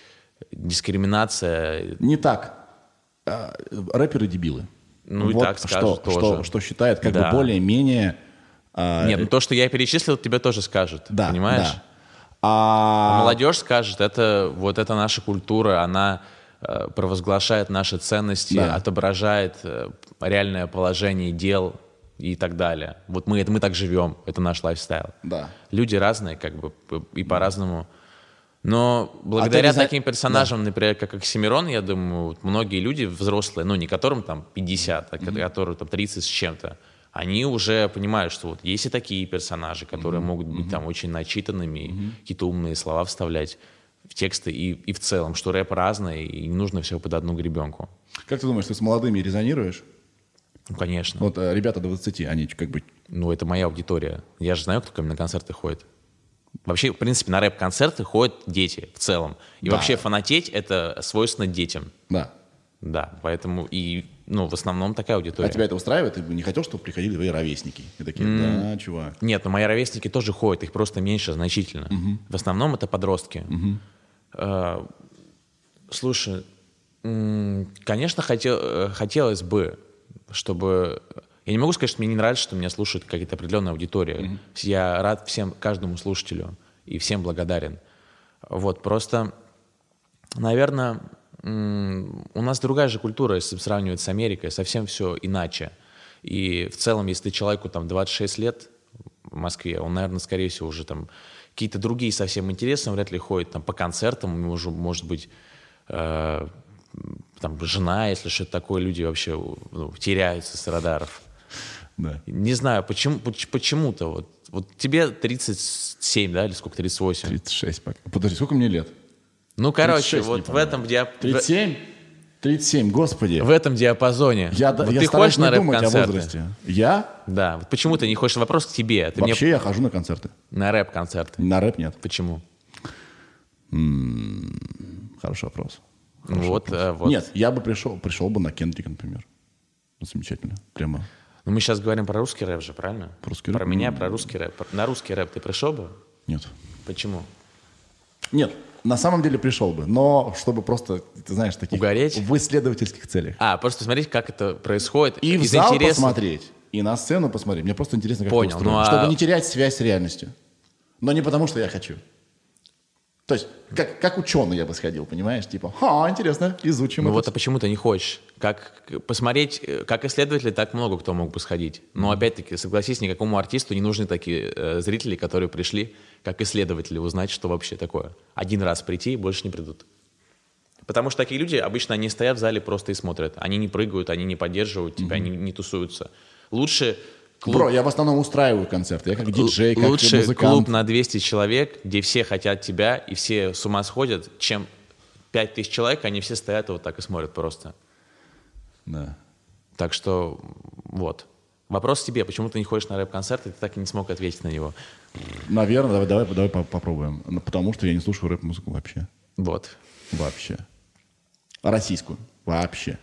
дискриминация. Не так. А, рэперы дебилы. Ну вот и так скажут что, тоже. Что, что считает как да. бы более-менее... А, Нет, ну то, что я перечислил, тебе тоже скажут, да, понимаешь? Да. А... А молодежь скажет, это вот это наша культура, она э, провозглашает наши ценности, да. отображает э, реальное положение дел и так далее. Вот мы, это, мы так живем, это наш лайфстайл. Да. Люди разные, как бы, и по-разному. Но благодаря а таким персонажам, да. например, как Оксимирон, я думаю, вот многие люди взрослые, ну не которым там пятьдесят, а mm-hmm. которым там тридцать с чем-то, они уже понимают, что вот есть и такие персонажи, которые mm-hmm. могут быть mm-hmm. там очень начитанными, mm-hmm. какие-то умные слова вставлять в тексты и, и в целом, что рэп разный, и не нужно все под одну гребенку. Как ты думаешь, ты с молодыми резонируешь? Ну, конечно. Вот э, ребята до двадцати, они как бы... Ну, это моя аудитория. Я же знаю, кто ко мне на концерты ходит. Вообще, в принципе, на рэп-концерты ходят дети в целом. И да. вообще фанатеть — это свойственно детям. Да. Да, поэтому и, ну, в основном такая аудитория. А тебя это устраивает? Ты бы не хотел, чтобы приходили твои ровесники? И такие, mm. да, чувак. Нет, ну мои ровесники тоже ходят, их просто меньше значительно. Mm-hmm. В основном это подростки. Mm-hmm. А, слушай, конечно, хотел, хотелось бы, чтобы... Я не могу сказать, что мне не нравится, что меня слушает какая-то определенная аудитория. Mm-hmm. Я рад всем, каждому слушателю и всем благодарен. Вот, просто, наверное, у нас другая же культура, если сравнивать с Америкой, совсем все иначе. И в целом, если человеку там двадцать шесть лет в Москве, он, наверное, скорее всего, уже там какие-то другие совсем интересы, вряд ли ходит там по концертам, у него уже, может быть, э, там жена, если что-то такое, люди вообще ну, теряются с радаров. Да. Не знаю, почему, почему-то. Вот, вот тебе тридцать семь, да, или сколько, тридцать восемь? тридцать шесть пока. Подожди, сколько мне лет? Ну, короче, вот в этом диапазоне... тридцать семь? тридцать семь, господи. В этом диапазоне. Я, вот я ты ходишь на рэп-концерты? рэп-концерты? О возрасте. Я? Да. Вот почему ты не ходишь? Вопрос к тебе. Ты Вообще мне... я хожу на концерты. На рэп-концерты? На рэп нет. Почему? М-м, хороший вопрос. Хороший вот, вопрос. А, вот. Нет, я бы пришел, пришел бы на Кендрика, например. Замечательно. Прямо. Ну, мы сейчас говорим про русский рэп же, правильно? Про русский рэп? Про меня, mm-hmm. про русский рэп. На русский рэп ты пришел бы? Нет. Почему? Нет, на самом деле пришел бы, но чтобы просто, ты знаешь, таких... Угореть? В исследовательских целях. А, просто смотреть, как это происходит. И из в зал интереса... посмотреть, и на сцену посмотреть. Мне просто интересно, как Понял, это устроено. ну, а... Чтобы не терять связь с реальностью. Но не потому, что я хочу. То есть, как, как ученый я бы сходил, понимаешь? Типа, ха, интересно, изучим Ну это. вот, а почему ты не хочешь? Как посмотреть, как исследователи, так много кто мог бы сходить. Но опять-таки, согласись, никакому артисту не нужны такие э, зрители, которые пришли как исследователи узнать, что вообще такое. Один раз прийти и больше не придут. Потому что такие люди, обычно они стоят в зале просто и смотрят. Они не прыгают, они не поддерживают тебя, mm-hmm. они не тусуются. Лучше... Клуб... Бро, я в основном устраиваю концерты. Я как диджей, как Лучше музыкант. Клуб на двести человек, где все хотят тебя, и все с ума сходят, чем пять тысяч человек, они все стоят и вот так и смотрят просто. Да. Так что вот. Вопрос тебе, почему ты не ходишь на рэп-концерты, ты так и не смог ответить на него. Наверное, давай, давай, давай попробуем. Потому что я не слушаю рэп-музыку вообще. Вот. Вообще. Российскую. Вообще.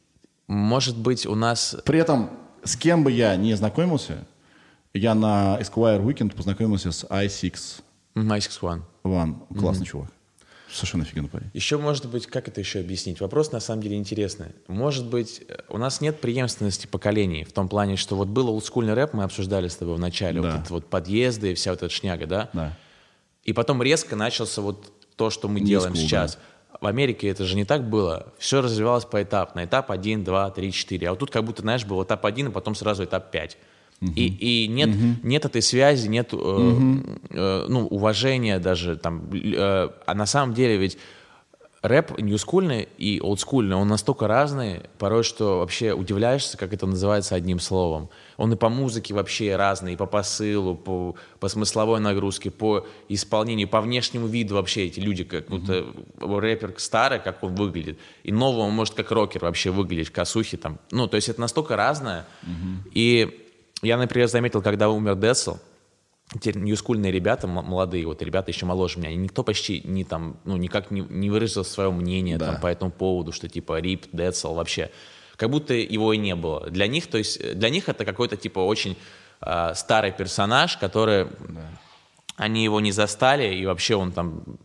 Может быть, у нас... При этом, с кем бы я не знакомился, я на Esquire Weekend познакомился с ай сикс ай сикс One. One. Классный mm-hmm. чувак. Совершенно офигенный парень. Еще, может быть, как это еще объяснить? Вопрос, на самом деле, интересный. Может быть, у нас нет преемственности поколений в том плане, что вот был олдскульный рэп, мы обсуждали с тобой в начале, да. вот это вот подъезды и вся вот эта шняга, да? Да. И потом резко начался вот то, что мы делаем school, сейчас. Да. В Америке это же не так было. Все развивалось поэтапно. Этап один, два, три, четыре. А вот тут как будто, знаешь, был этап один, и потом сразу этап пять. Uh-huh. И, и нет, uh-huh. нет этой связи, нет э, uh-huh. э, ну, уважения даже. Там, э, а на самом деле ведь рэп ньюскульный и олдскульный, он настолько разный, порой, что вообще удивляешься, как это называется одним словом. Он и по музыке вообще разный, и по посылу, по, по смысловой нагрузке, по исполнению, по внешнему виду вообще эти люди, как будто mm-hmm. рэпер старый, как он выглядит, и новый он может как рокер вообще выглядеть, в косухе там. Ну, то есть это настолько разное. Mm-hmm. И я, например, заметил, когда умер Децл, те ньюскульные ребята, молодые, вот ребята еще моложе меня, никто почти не там, ну, никак не, не выразил свое мнение да. там, по этому поводу, что типа Рип, Децл вообще. Как будто его и не было. Для них, то есть, для них это какой-то типа очень э, старый персонаж, который да. они его не застали, и вообще он там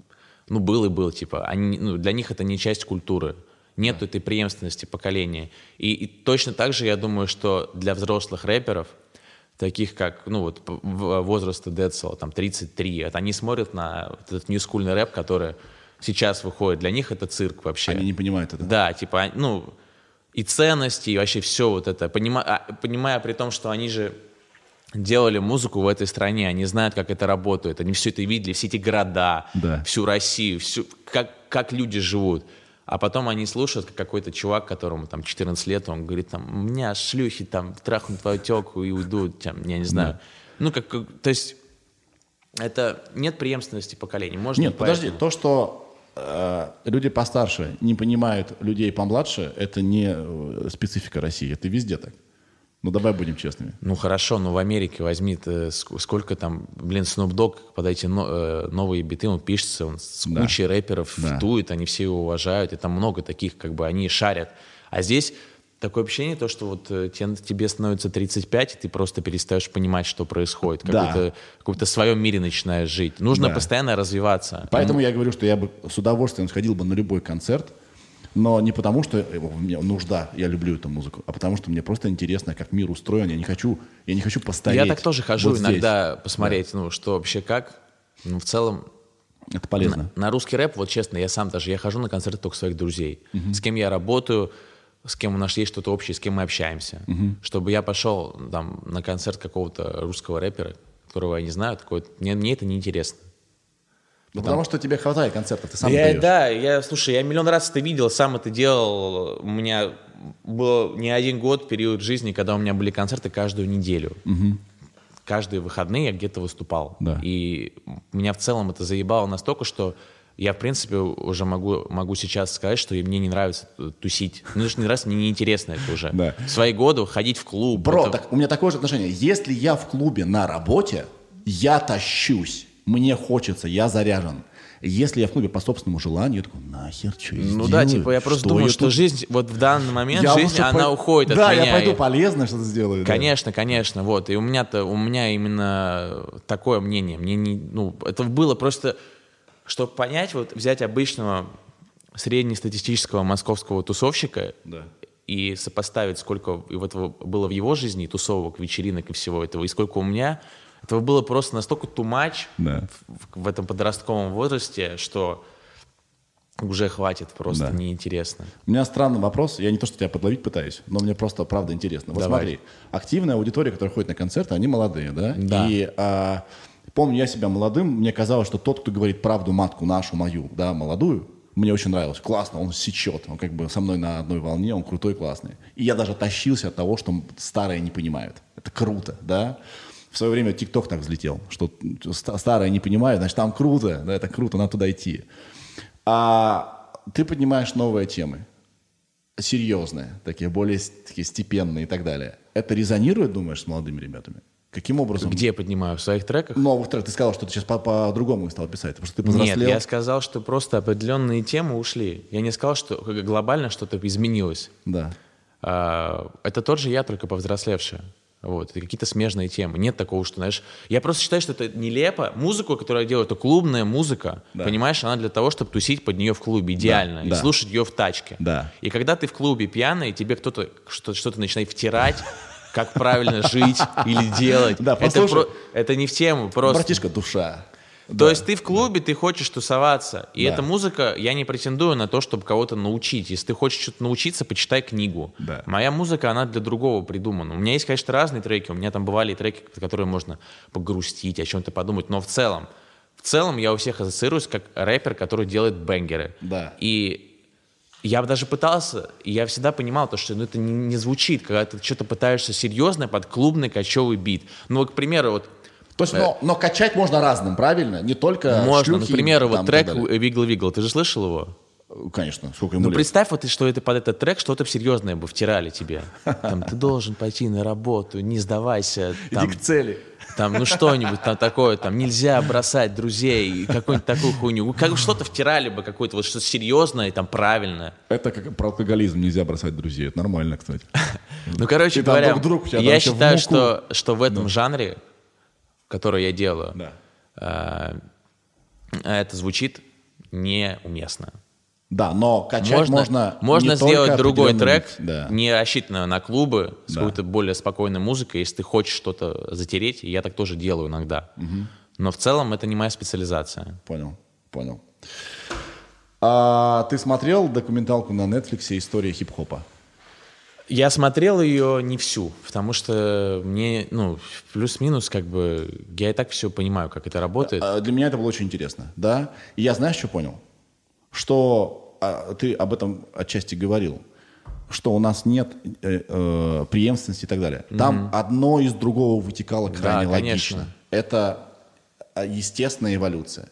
ну, был и был, типа, они, ну, для них это не часть культуры. Нету этой преемственности поколения. И, и точно так же, я думаю, что для взрослых рэперов, таких как, ну, вот, возраста Децела, там, тридцать три, это они смотрят на вот этот ньюскульный рэп, который сейчас выходит. Для них это цирк вообще. Они не понимают это. Да, типа, ну, и ценности, и вообще все вот это. Понима, понимая при том, что они же делали музыку в этой стране, они знают, как это работает. Они все это видели, все эти города, да. всю Россию, всю, как, как люди живут. А потом они слушают, как какой-то чувак, которому там четырнадцать лет, он говорит, там, у меня шлюхи там трахнут твою тёлку и уйдут, там, я не знаю. Да. Ну, как, как, то есть, это нет преемственности поколений. Может, нет, не подожди, поэтому. То, что э, люди постарше не понимают людей помладше, это не э, специфика России, это везде так. Ну, давай будем честными. Ну, хорошо, но в Америке возьми, сколько там, блин, Snoop Dogg, под эти новые биты, он пишется, он с да. кучей рэперов да. фитует, они все его уважают, и там много таких, как бы, они шарят. А здесь такое ощущение, то, что вот тебе становится тридцать пять, и ты просто перестаешь понимать, что происходит. Да. Какой-то, какой-то в своем мире начинаешь жить. Нужно да. постоянно развиваться. Поэтому я говорю, что я бы с удовольствием сходил бы на любой концерт, но не потому, что мне нужда, я люблю эту музыку, а потому, что мне просто интересно, как мир устроен. Я не хочу, я не хочу постареть. Я так тоже хожу вот иногда здесь. посмотреть, да. ну, что вообще как. Ну, в целом... Это полезно. На, на русский рэп, вот честно, я сам даже, я хожу на концерты только своих друзей. Uh-huh. С кем я работаю, с кем у нас есть что-то общее, с кем мы общаемся. Uh-huh. Чтобы я пошел там, на концерт какого-то русского рэпера, которого я не знаю, такой, мне, мне это неинтересно. Ну, потому что тебе хватает концертов, ты сам я, даешь. Да, я, слушай, я миллион раз это видел, сам это делал. У меня был не один год, период жизни, когда у меня были концерты каждую неделю. Угу. Каждые выходные я где-то выступал. Да. И меня в целом это заебало настолько, что я, в принципе, уже могу, могу сейчас сказать, что мне не нравится тусить. Мне не нравится, мне неинтересно это уже. Да. В свои годы ходить в клуб. Бро, это... так, у меня такое же отношение. Если я в клубе на работе, я тащусь. Мне хочется, я заряжен. Если я в клубе по собственному желанию, я такой, нахер, что я Ну сделаю? да, типа я просто что думаю, я что тут... жизнь, вот в данный момент я жизнь, она по... уходит да, от меня. Да, я пойду полезно что-то сделаю. Конечно, да. конечно, вот. И у меня-то, у меня именно такое мнение. Мне не, ну, это было просто, чтобы понять, вот взять обычного среднестатистического московского тусовщика да. и сопоставить, сколько этого было в его жизни, тусовок, вечеринок и всего этого, и сколько у меня... Этого было просто настолько too much да. в, в этом подростковом возрасте, что уже хватит, просто да. неинтересно. У меня странный вопрос. Я не то, что тебя подловить пытаюсь, но мне просто правда интересно. Вот Давай. Смотри, активная аудитория, которая ходит на концерты, они молодые, да? Да. И а, помню я себя молодым, мне казалось, что тот, кто говорит правду матку нашу, мою, да, молодую, мне очень нравилось. Классно, он сечет, он как бы со мной на одной волне, он крутой, классный. И я даже тащился от того, что старые не понимают. Это круто, да? В свое время ТикТок так взлетел, что старые не понимают, значит, там круто, да, это круто, надо туда идти. А ты поднимаешь новые темы, серьезные, такие более такие степенные и так далее. Это резонирует, думаешь, с молодыми ребятами? Каким образом? Где я поднимаю? В своих треках? Новых треках. Ты сказал, что ты сейчас по- по-другому стал писать, потому что ты повзрослел. Нет, я сказал, что просто определенные темы ушли. Я не сказал, что глобально что-то изменилось. Да. А, это тот же я, только повзрослевший. Вот, это какие-то смежные темы. Нет такого, что, знаешь... Я просто считаю, что это нелепо. Музыку, которую я делаю, это клубная музыка. Да. Понимаешь, она для того, чтобы тусить под нее в клубе. Идеально. Да, и да. слушать ее в тачке. Да. И когда ты в клубе пьяный, тебе кто-то что-то начинает втирать, как правильно жить или делать. Да, это, про... это не в тему. Просто... Братишка, душа. То да. есть ты в клубе, ты хочешь тусоваться. И да. эта музыка, я не претендую на то, чтобы кого-то научить. Если ты хочешь что-то научиться, почитай книгу. Да. Моя музыка, она для другого придумана. У меня есть, конечно, разные треки. У меня там бывали треки, под которые можно погрустить, о чем-то подумать. Но в целом, в целом я у всех ассоциируюсь как рэпер, который делает бэнгеры. Да. И я даже пытался, и я всегда понимал, то, что ну, это не, не звучит, когда ты что-то пытаешься серьезно под клубный кочевый бит. Ну, к примеру, вот То есть, но, но качать можно разным, правильно? Не только можно, шлюхи, например, там, вот трек «Вигл Вигл», ты же слышал его? Конечно, сколько ему Ну, лет. представь, вот, что это под этот трек что-то серьезное бы втирали тебе. Там, ты должен пойти на работу, не сдавайся. Там, иди к цели. Там, ну, что-нибудь там такое, там, нельзя бросать друзей, какую-нибудь такую хуйню. Как что-то втирали бы, какое-то вот что-то серьезное и там правильное. Это как про алкоголизм, нельзя бросать друзей, это нормально, кстати. Ну, короче говоря, я считаю, что что в этом жанре, который я делаю, да. э, это звучит неуместно. Да, но качать можно, можно, можно не сделать только другой трек, да. не рассчитанный на клубы, с да. какой-то более спокойной музыкой, если ты хочешь что-то затереть, и я так тоже делаю иногда. Угу. Но в целом это не моя специализация. Понял, понял. А ты смотрел документалку на Netflix «История хип-хопа»? Я смотрел ее не всю, потому что мне, ну, плюс-минус, как бы, я и так все понимаю, как это работает. Для меня это было очень интересно, да. И я, знаешь, что понял? Что а, ты об этом отчасти говорил, что у нас нет э, э, преемственности и так далее. Там mm-hmm. одно из другого вытекало крайне да, логично. Конечно. Это естественная эволюция.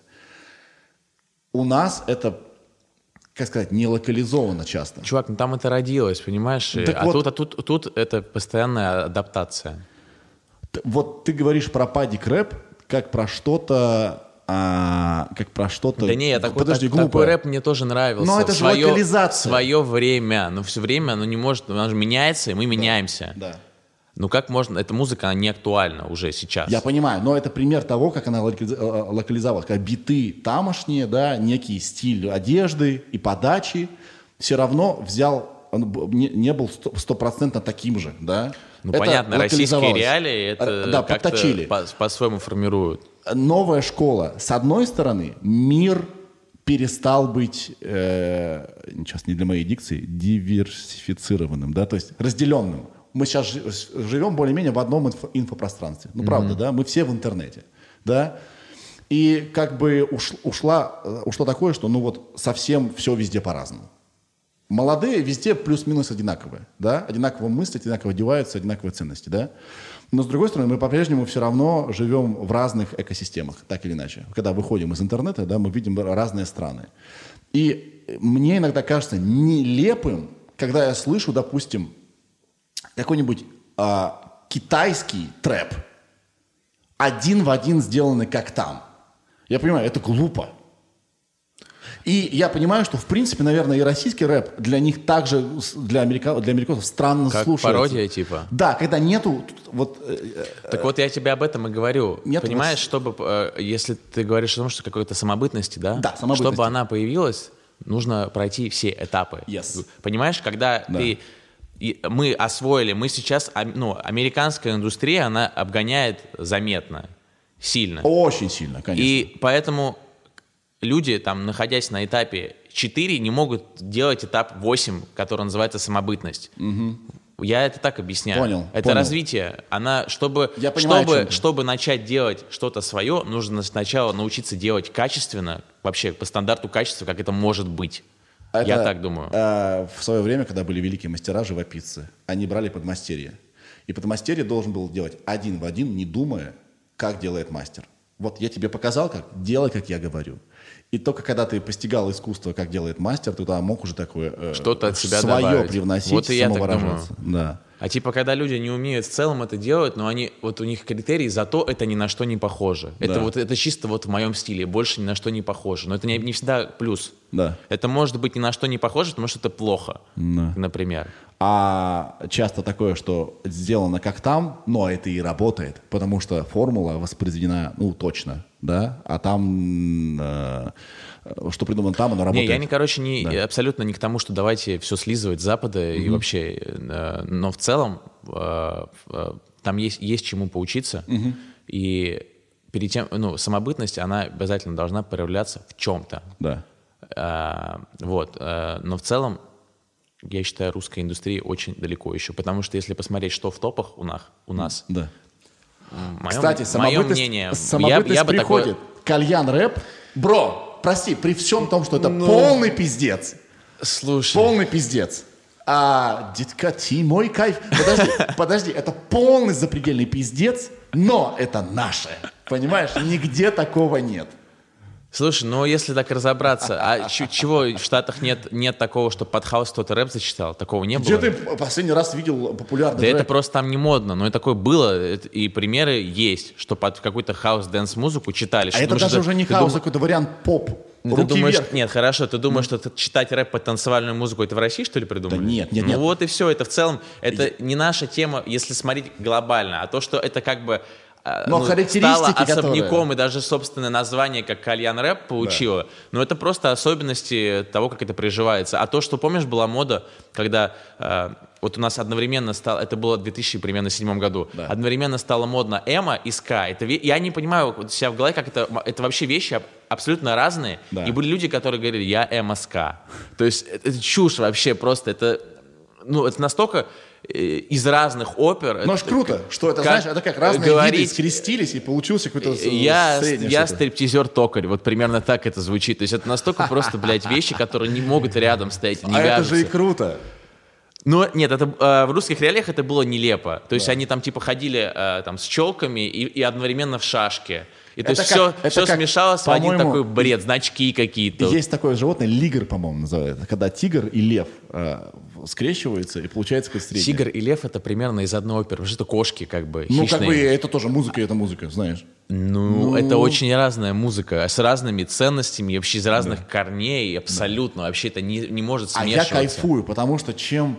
У нас это, как сказать, не локализовано часто. Чувак, ну там это родилось, понимаешь? Так а вот, тут, а тут, тут это постоянная адаптация. Т- вот ты говоришь про падик рэп как про что-то... А, как про что-то... Да не, я такой, Подожди, так, такой рэп мне тоже нравился. Но это же свое, локализация. Свое время. Но все время оно не может... Оно же меняется, и мы меняемся. Да, да. Ну как можно... Эта музыка, она не актуальна уже сейчас. Я понимаю, но это пример того, как она локализовалась. Как биты тамошние, да, некий стиль одежды и подачи все равно взял... Он не, не был стопроцентно таким же, да? Ну это понятно, российские реалии это да, как-то подточили. По- по-своему формируют. Новая школа. С одной стороны, мир перестал быть, э, сейчас не для моей дикции, диверсифицированным, да, то есть разделенным. Мы сейчас живем более-менее в одном инфо- инфопространстве. Ну, правда, mm-hmm. да? Мы все в интернете, да? И как бы уш, ушла, ушло такое, что ну вот совсем все везде по-разному. Молодые везде плюс-минус одинаковые, да? Одинаково мыслят, одинаково одеваются, одинаковые ценности, да? Но, с другой стороны, мы по-прежнему все равно живем в разных экосистемах, так или иначе. Когда выходим из интернета, да, мы видим разные страны. И мне иногда кажется нелепым, когда я слышу, допустим, какой-нибудь а, китайский трэп, один в один сделанный как там. Я понимаю, это глупо. И я понимаю, что, в принципе, наверное, и российский рэп для них также, для, америка... для американцев странно как слушается. Как пародия, типа? Да, когда нету... Вот, так вот я тебе об этом и говорю. Нет, понимаешь, вот... чтобы... Если ты говоришь о том, что какой-то самобытности, да? Да, самобытности. Чтобы она появилась, нужно пройти все этапы. Yes. Понимаешь, когда да. ты... И мы освоили, мы сейчас... Ну, американская индустрия, она обгоняет заметно, сильно. Очень сильно, конечно. И поэтому... Люди, там, находясь на этапе четыре, не могут делать этап восемь, который называется самобытность. Угу. Я это так объясняю. Понял. Это понял. развитие. Она, чтобы, Я понимаю, чтобы, чтобы начать делать что-то свое, нужно сначала научиться делать качественно, вообще по стандарту качества, как это может быть. Это, Я так думаю. Э, в свое время, когда были великие мастера живописцы, они брали подмастерье. И подмастерье должен был делать один в один, не думая, как делает мастер. Вот я тебе показал, как, делай, как я говорю. И только когда ты постигал искусство, как делает мастер, ты туда мог уже такое э, что-то от себя свое добавить. привносить, вот и самовыражаться. Да. А типа, когда люди не умеют в целом это делать, но они, вот у них критерии, зато это ни на что не похоже. Да. Это, вот, это чисто вот в моем стиле, больше ни на что не похоже. Но это не, не всегда плюс. Да. Это может быть ни на что не похоже, потому что это плохо, да. например. А часто такое, что сделано как там, но это и работает, потому что формула воспроизведена, ну, точно, да, а там, э, что придумано там, оно работает. Не, я, не, короче, не, да. абсолютно не к тому, что давайте все слизывать с Запада mm-hmm. и вообще, э, но в целом э, э, там есть, есть чему поучиться, mm-hmm. и перед тем, ну, самобытность, она обязательно должна проявляться в чем-то. Да. Э, вот, э, но в целом я считаю, русской индустрии очень далеко еще, потому что если посмотреть, что в топах у нас, у нас да. Мое, Кстати, самобытность, мнение, самобытность я, я приходит. Такой... Кальян рэп. Бро, прости, при всем том, что это ну... полный пиздец. Слушай. Полный пиздец. А, детка, ты мой кайф. Подожди, подожди, это полный запредельный пиздец, но это наше. Понимаешь, нигде такого нет. Слушай, ну если так разобраться, а ч- чего в Штатах нет, нет такого, что под хаус кто-то рэп зачитал? Такого не Где было. Где ты последний раз видел популярный да рэп? Это просто там не модно, но и такое было, и примеры есть, что под какую-то хаус-дэнс-музыку читали. А это думаешь, даже это, уже не хаус, а какой-то вариант поп. Ты Руки думаешь, вверх. нет, хорошо, ты думаешь, что читать рэп под танцевальную музыку, это в России, что ли, придумали? Да нет, нет, ну нет. Ну вот и все, это в целом, это не наша тема, если смотреть глобально, а то, что это как бы Но ну, характеристики, стало особняком, которые... и даже собственное название, как кальян рэп, получило. Да. Но это просто особенности того, как это приживается. А то, что, помнишь, была мода, когда э, вот у нас одновременно стало, это было в две тысячи примерно седьмом году, да. одновременно стало модно эмо и ска. Это, я не понимаю вот, себя в голове, как это, это вообще вещи абсолютно разные. Да. И были люди, которые говорили, я эмо-ска. То есть это, это чушь вообще просто, это, ну, это настолько... из разных опер. Ну, аж круто, что это, знаешь, это как разные говорить, виды скрестились, и получился какой-то я, я стриптизер-токарь, вот примерно так это звучит. То есть это настолько просто, блядь, вещи, которые не могут рядом стоять, не а вяжутся. Это же и круто. Но нет, это, э, в русских реалиях это было нелепо. То есть да. они там типа ходили э, там, с челками и, и одновременно в шашке. И то это есть как, все, все как, смешалось в один такой бред, значки какие-то. Есть такое животное, лигр, по-моему, называется, когда тигр и лев э, скрещиваются, и получается какое-то среднее. Тигр и лев — это примерно из одной оперы, потому что это кошки как бы Ну, хищные. как бы это тоже музыка, это музыка, знаешь. Ну, ну, это очень разная музыка, с разными ценностями, вообще из разных да. корней, абсолютно. Да. Вообще это не, не может смешиваться. А я кайфую, потому что чем,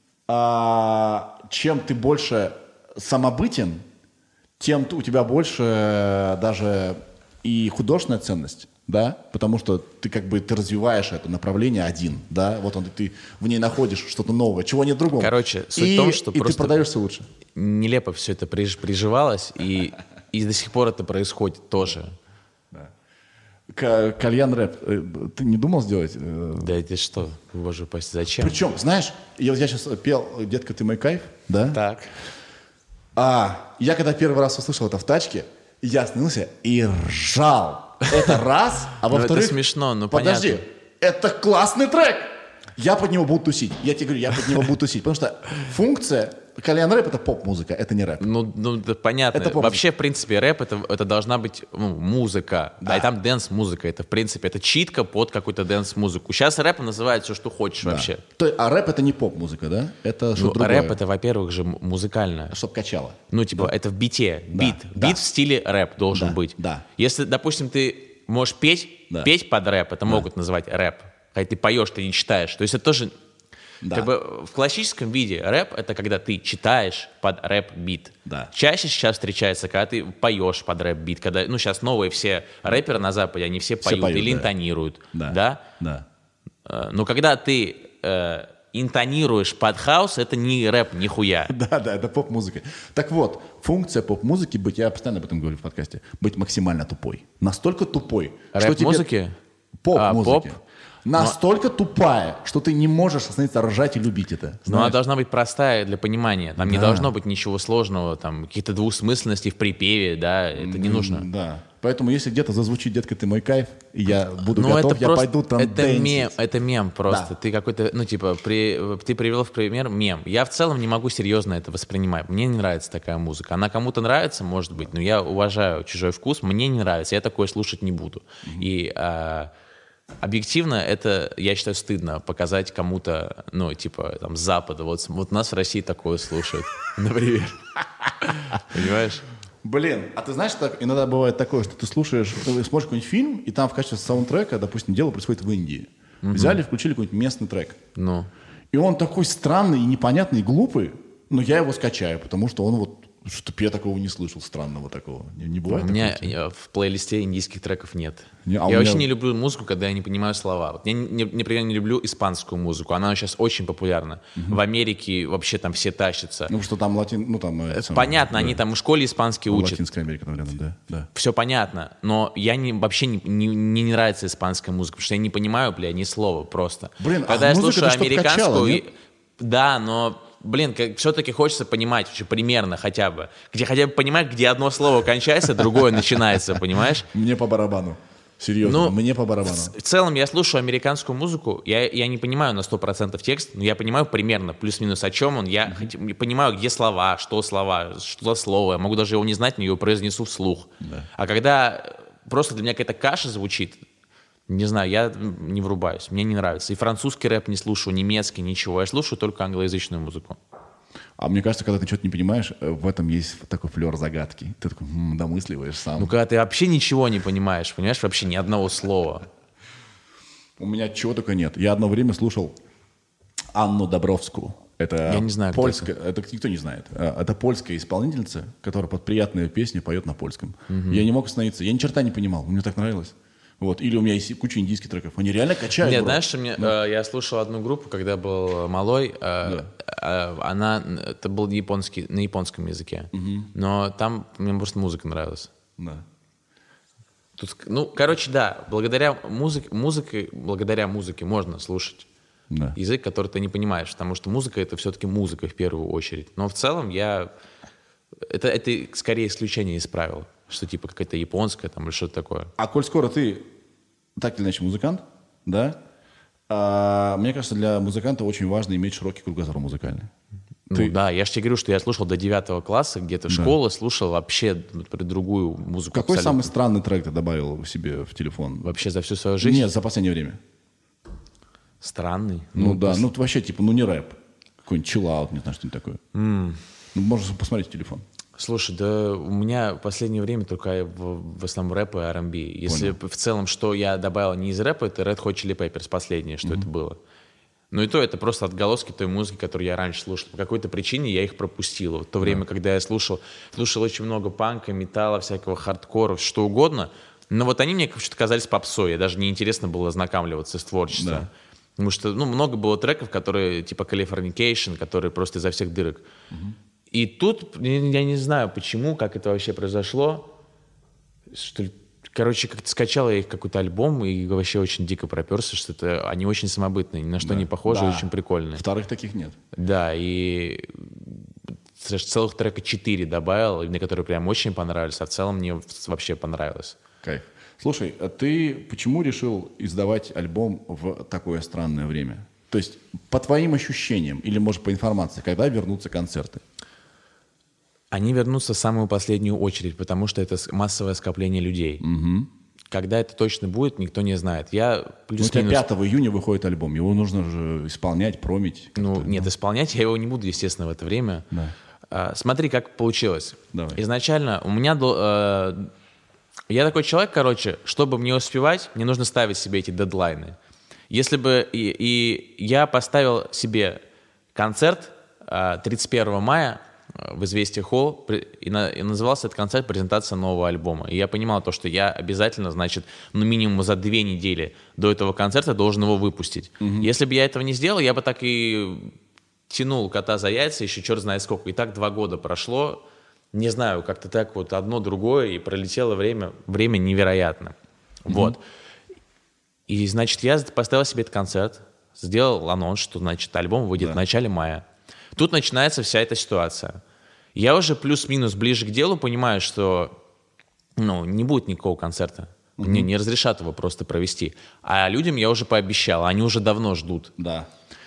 а, чем ты больше самобытен, тем у тебя больше даже и художественная ценность, да, потому что ты как бы ты развиваешь это направление один, да, вот он, ты в ней находишь что-то новое, чего нет другого. Короче, суть и, в том, что и просто ты продаешься лучше. Нелепо все это приж, приживалось, и, и до сих пор это происходит тоже. Да. Кальян рэп, ты не думал сделать? Да это что, боже упаси, зачем? Причем, знаешь, я, я сейчас пел «Детка, ты мой кайф», да? Так. А я когда первый раз услышал это в тачке, я остановился и ржал. Это раз, а во-вторых... это смешно, ну подожди, понятно. Это классный трек! Я под него буду тусить. Я тебе говорю, я под него буду тусить. Потому что функция... Кальян рэп — это поп-музыка, это не рэп. Ну, ну да, понятно. Это вообще, в принципе, рэп это, — это должна быть ну, музыка. Да. А и там дэнс-музыка. Это, в принципе, это читка под какую-то дэнс-музыку. Сейчас рэп называет все, что хочешь да. вообще. То, а рэп — это не поп-музыка, да? Это что-то ну, другое. Рэп — это, во-первых, же музыкальное. Чтоб качало. Ну, типа, да. это в бите. Да. Бит. Да. Бит в стиле рэп должен да. быть. Да. Если, допустим, ты можешь петь, да. петь под рэп, это да. могут называть рэп. Когда ты поешь, ты не читаешь. То есть это тоже... Да. Как бы в классическом виде рэп — это когда ты читаешь под рэп-бит. Да. Чаще сейчас встречается, когда ты поешь под рэп-бит. Когда, ну, сейчас новые все рэперы на Западе, они все, все поют, поют или да. интонируют. Да. Да? Да. Но когда ты э, интонируешь под хаус, это не рэп, нихуя. Да, да, это поп-музыка. Так вот, функция поп-музыки быть, я постоянно об этом говорю в подкасте, быть максимально тупой. Настолько тупой, рэп-музыки? Тебе... Поп-музыки. А, поп? Настолько но... тупая, что ты не можешь остановиться ржать и любить это. Но она должна быть простая для понимания. Там да. не должно быть ничего сложного, там каких-то двусмысленностей в припеве, да, это не нужно. Да. Поэтому если где-то зазвучит «Детка, ты мой кайф», и я буду ну, готов, это я просто, пойду там это дэнсить. мем, это мем просто. Да. Ты какой-то, ну типа, при, ты привел в пример мем. Я в целом не могу серьезно это воспринимать. Мне не нравится такая музыка. Она кому-то нравится, может быть, но я уважаю чужой вкус. Мне не нравится, я такое слушать не буду. Mm-hmm. И а, объективно это, я считаю, стыдно показать кому-то, ну типа, там, с Запада. Вот, вот нас в России такое слушают, например. Понимаешь? Блин, а ты знаешь, так, иногда бывает такое, что ты слушаешь, ты смотришь какой-нибудь фильм, и там в качестве саундтрека, допустим, дело происходит в Индии. Угу. Взяли, включили какой-нибудь местный трек. Ну. И он такой странный и непонятный, и глупый, но я его скачаю, потому что он вот, что-то я такого не слышал, странного такого. Не, не бывает? У меня такого? В плейлисте индийских треков нет. Не, а я меня... вообще не люблю музыку, когда я не понимаю слова. Вот я, не, например, не люблю испанскую музыку. Она сейчас очень популярна. Угу. В Америке вообще там все тащатся. Ну, что там латин... Ну, там... Это, понятно, да. они там в школе испанский ну, учат. Латинская Америка, там рядом, да. да. Все понятно. Но я не, вообще не, не, мне не нравится испанская музыка, потому что я не понимаю, бля, ни слова просто. Блин, когда а я слушаю американскую... Качало, да, но... Блин, как, все-таки хочется понимать вообще примерно хотя бы. Где хотя бы понимать, где одно слово кончается, другое начинается, понимаешь? Мне по барабану. Серьезно, ну, мне по барабану. В, в целом я слушаю американскую музыку, я, я не понимаю на сто процентов текст, но я понимаю примерно, плюс-минус о чем он. Я mm-hmm. хоть, понимаю, где слова, что слова, что за слово. Я могу даже его не знать, но его произнесу вслух. Да. А когда просто для меня какая-то каша звучит, не знаю, я не врубаюсь, мне не нравится. И французский рэп не слушаю, немецкий, ничего. Я слушаю только англоязычную музыку. А мне кажется, когда ты что-то не понимаешь, в этом есть такой флер загадки. Ты такой м-м, домысливаешь сам. Ну, когда ты вообще ничего не понимаешь, понимаешь, вообще ни одного слова. У меня чего только нет. Я одно время слушал Анну Добровскую. Это Я не знаю, кто польская, это. это никто не знает. Это польская исполнительница, которая под приятные песни поет на польском. Угу. Я не мог остановиться. Я ни черта не понимал. Мне так нравилось. Вот. Или у меня есть куча индийских треков. Они реально качают. Нет, знаешь, мне, да. э, я слушал одну группу, когда был малой. Э, да. э, она, это был японский, на японском языке. Угу. Но там мне просто музыка нравилась. Да. Тут, ну, короче, да. Благодаря музыке, музыке, благодаря музыке можно слушать да. язык, который ты не понимаешь. Потому что музыка — это все-таки музыка в первую очередь. Но в целом я... Это, это скорее исключение из правил. Что типа какая-то японская там или что-то такое. А коль скоро ты так или иначе музыкант, да, а, мне кажется, для музыканта очень важно иметь широкий кругозор музыкальный. Ну ты... да, я же тебе говорю, что я слушал до девятого класса, где-то в да. школе слушал вообще например, другую музыку. Какой абсолютно. Самый странный трек ты добавил себе в телефон? Вообще за всю свою жизнь? Нет, за последнее время. Странный? Ну, ну да, пос... ну вообще типа, ну не рэп. Какой-нибудь чиллаут, не знаю, что-нибудь такое. Mm. Ну, можно посмотреть в телефон. Слушай, да у меня в последнее время только в, в основном рэп и ар энд би. Если Понял. В целом, что я добавил не из рэпа, это Red Hot Chili Peppers, последнее, что mm-hmm. это было. Ну и то это просто отголоски той музыки, которую я раньше слушал. По какой-то причине я их пропустил. В то yeah. время, когда я слушал, слушал очень много панка, металла, всякого хардкора, что угодно, но вот они мне что-то казались попсой. Я даже неинтересно было ознакомливаться с творчеством. Yeah. Потому что ну, много было треков, которые типа Californication, которые просто изо всех дырок. Mm-hmm. И тут, я не знаю, почему, как это вообще произошло, что ли, короче, как-то скачал я их какой-то альбом и вообще очень дико проперся, что это, они очень самобытные, ни на что да. не похожи, да. очень прикольные. Вторых таких нет. Да, и целых трека четыре добавил, мне которые прям очень понравились, а в целом мне вообще понравилось. Кайф. Слушай, а ты почему решил издавать альбом в такое странное время? То есть, по твоим ощущениям, или, может, по информации, когда вернутся концерты? Они вернутся в самую последнюю очередь, потому что это массовое скопление людей. Угу. Когда это точно будет, никто не знает. Я плюс-минус... Ну, у тебя пятого июня выходит альбом, его нужно же исполнять, промить. Ну, нет, исполнять я его не буду, естественно, в это время. Да. А, смотри, как получилось. Давай. Изначально у меня... Э, я такой человек, короче, чтобы мне успевать, мне нужно ставить себе эти дедлайны. Если бы... И, и я поставил себе концерт э, тридцать первого мая в «Известия Холл», и, на, и назывался этот концерт «Презентация нового альбома». И я понимал то, что я обязательно, значит, ну минимум за две недели до этого концерта должен его выпустить. Угу. Если бы я этого не сделал, я бы так и тянул кота за яйца еще черт знает сколько. И так два года прошло, не знаю, как-то так вот одно другое, и пролетело время, время невероятно. Угу. Вот. И, значит, я поставил себе этот концерт, сделал анонс, что, значит, альбом выйдет да. в начале мая. Тут начинается вся эта ситуация. Я уже плюс-минус ближе к делу понимаю, что ну, не будет никакого концерта. Угу. Мне не разрешат его просто провести. А людям я уже пообещал, они уже давно ждут. Да.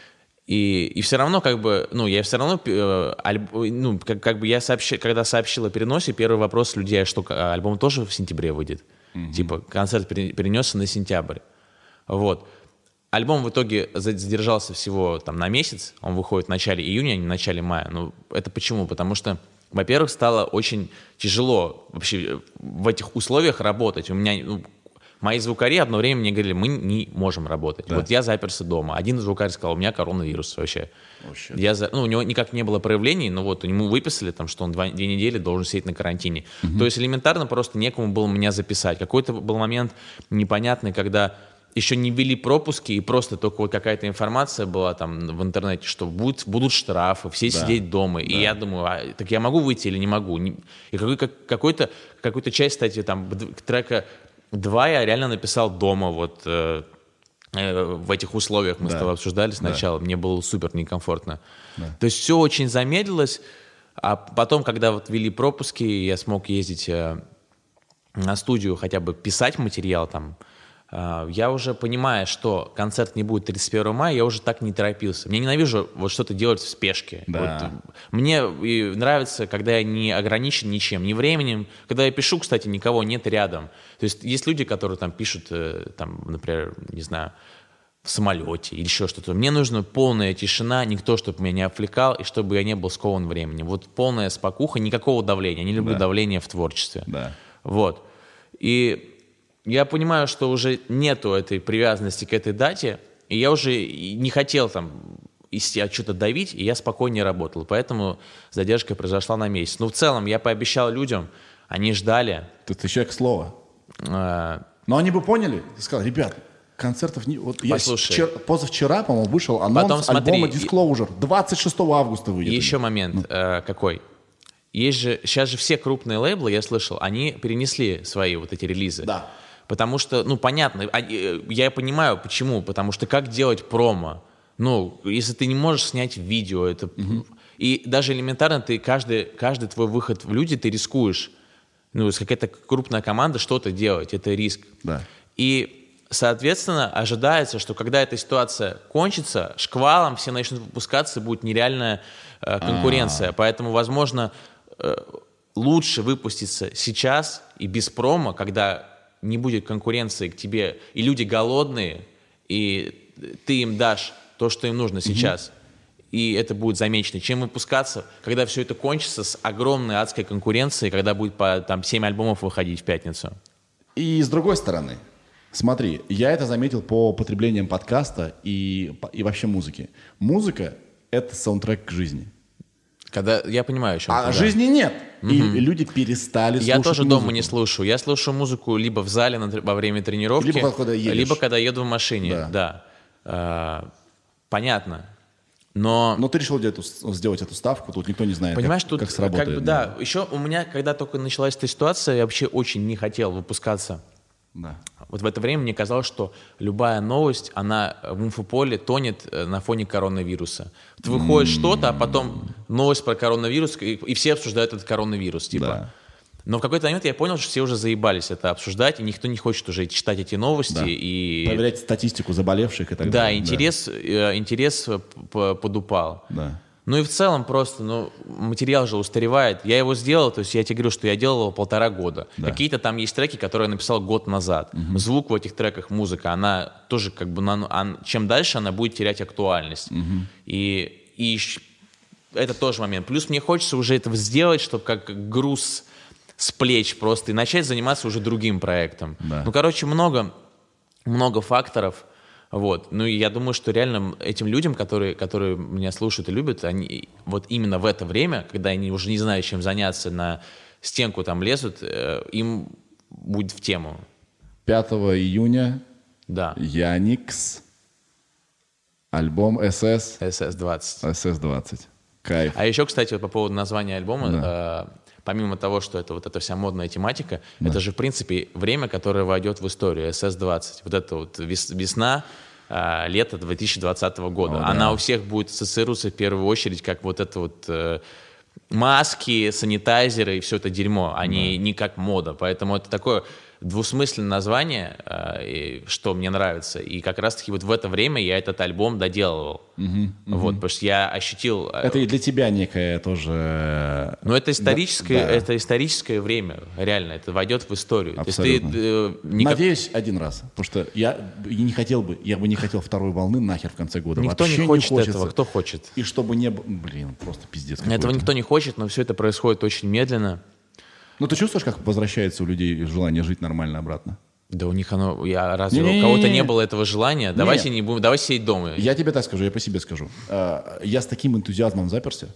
И, и все равно, как бы, ну, я все равно, э, альб, ну, как, как бы я сообщил, когда сообщил о переносе, первый вопрос людей, а что альбом тоже в сентябре выйдет? Угу. Типа, концерт перенесся на сентябрь. Вот. Альбом в итоге задержался всего там, на месяц, он выходит в начале июня, а не в начале мая. Ну, это почему? Потому что, во-первых, стало очень тяжело вообще в этих условиях работать. У меня, ну, мои звукари одно время мне говорили, мы не можем работать. Да. Вот я заперся дома. Один звукарь сказал, у меня коронавирус вообще. вообще. Я за... ну, у него никак не было проявлений, но вот ему выписали, там, что он два, две недели должен сидеть на карантине. Угу. То есть элементарно просто некому было меня записать. Какой-то был момент непонятный, когда... еще не ввели пропуски, и просто только вот какая-то информация была там в интернете, что будут, будут штрафы, все да. сидеть дома. Да. И я думаю, а, так я могу выйти или не могу? И какой, как, какой-то, какую-то часть, кстати, там, трека два я реально написал дома, вот э, э, в этих условиях мы да. с тобой обсуждали сначала. Да. Мне было супер некомфортно. Да. То есть все очень замедлилось, а потом, когда вот ввели пропуски, я смог ездить э, на студию, хотя бы писать материал там, я уже понимаю, что концерт не будет тридцать первого мая, я уже так не торопился. Мне ненавижу вот что-то делать в спешке. Да. Вот, мне нравится, когда я не ограничен ничем, ни временем. Когда я пишу, кстати, никого нет рядом. То есть есть люди, которые там пишут, там, например, не знаю, в самолете или еще что-то. Мне нужна полная тишина, никто, чтобы меня не отвлекал, и чтобы я не был скован временем. Вот полная спокуха, никакого давления. Я не люблю да. давление в творчестве. Да. Вот. И я понимаю, что уже нету этой привязанности к этой дате, и я уже не хотел там из себя что-то давить, и я спокойнее работал. Поэтому задержка произошла на месяц. Ну, в целом, я пообещал людям, они ждали. Ты, ты человек слова. Э, Но они бы поняли, ты сказал, ребят, концертов не... Вот я Послушай. вчера, позавчера, по-моему, вышел анонс Потом смотри, альбома Disclosure. двадцать шестого августа выйдет. Еще момент э, какой. Есть же, сейчас же все крупные лейблы, я слышал, они перенесли свои вот эти релизы. Да. Потому что, ну, понятно, они- я понимаю, почему. Потому что как делать промо? Ну, если ты не можешь снять видео, это... И даже элементарно ты каждый, каждый твой выход в люди ты рискуешь. Ну, если какая-то крупная команда что-то делать, это риск. Да. И, соответственно, ожидается, что когда эта ситуация кончится, шквалом все начнут выпускаться, будет нереальная э, конкуренция. Поэтому, возможно, э, лучше выпуститься сейчас и без промо, когда не будет конкуренции к тебе, и люди голодные, и ты им дашь то, что им нужно сейчас, и это будет замечено, чем выпускаться, когда все это кончится с огромной адской конкуренцией, когда будет по там, семь альбомов выходить в пятницу. И с другой стороны, смотри, я это заметил по потреблениям подкаста и, и вообще музыки. Музыка — это саундтрек к жизни. Когда, я понимаю, о чем А ты, да. жизни нет. И люди перестали слушать Я тоже музыку. дома не слушаю. Я слушаю музыку либо в зале на тр- во время тренировки, Либо когда едешь. либо когда еду в машине. Да. Да. А, понятно. Но, Но ты решил делать эту- сделать эту ставку, тут никто не знает, понимаешь, как, тут как сработает. как бы, да, еще у меня, когда только началась эта ситуация, я вообще очень не хотел выпускаться. Да. Вот в это время мне казалось, что любая новость, она в инфополе тонет э, на фоне коронавируса. Вот выходит что-то, а потом новость про коронавирус, и, и все обсуждают этот коронавирус, типа. Да. Но в какой-то момент я понял, что все уже заебались это обсуждать, и никто не хочет уже читать эти новости. Да. И Проверять статистику заболевших и так да, далее. интерес, э, интерес п- п- подупал. Да. Ну и в целом просто, ну, материал же устаревает. Я его сделал, то есть я тебе говорю, что я делал его полтора года. Да. Какие-то там есть треки, которые я написал год назад. Угу. Звук в этих треках, музыка, она тоже как бы, на- ан- чем дальше она будет терять актуальность. Угу. И, и щ- это тоже момент. Плюс мне хочется уже это сделать, чтобы как груз с плеч просто, и начать заниматься уже другим проектом. Да. Ну, короче, много, много факторов. Вот. Ну, и я думаю, что реально этим людям, которые, которые меня слушают и любят, они вот именно в это время, когда они уже не знают, чем заняться, на стенку там лезут, э, им будет в тему. пятого июня Да. Яникс, альбом эс эс, эс эс двадцать. эс эс двадцать. Кайф. А еще, кстати, вот по поводу названия альбома, Да. э, помимо того, что это вот эта вся модная тематика, это же, в принципе, время, которое войдет в историю, эс эс двадцать. Вот это вот вес- весна, э, лето две тысячи двадцатого года. О, да. Она у всех будет ассоциироваться в первую очередь как вот это вот э, маски, санитайзеры и все это дерьмо, а не, не как мода. Поэтому это такое двусмысленное название, э, и что мне нравится. И как раз-таки вот в это время я этот альбом доделывал. Вот, потому что я ощутил... э, Это и для тебя некое тоже... Но это историческое, Да. это историческое время, реально, это войдет в историю. Абсолютно. То есть ты, э, никак- Надеюсь, один раз. Потому что я и не хотел бы, я бы не хотел второй волны нахер в конце года. никто Вообще не хочет хочется. этого. Кто хочет? И чтобы не было... Блин, просто пиздец какой-то. Этого никто не хочет, но все это происходит очень медленно. Ну ты чувствуешь, как возвращается у людей желание жить нормально обратно? Да у них оно... Я, разве Не-не-не-не. у кого-то не было этого желания? Давайте не будем... Давайте сидеть дома. Я тебе так скажу, я по себе скажу. А, Я с таким энтузиазмом заперся,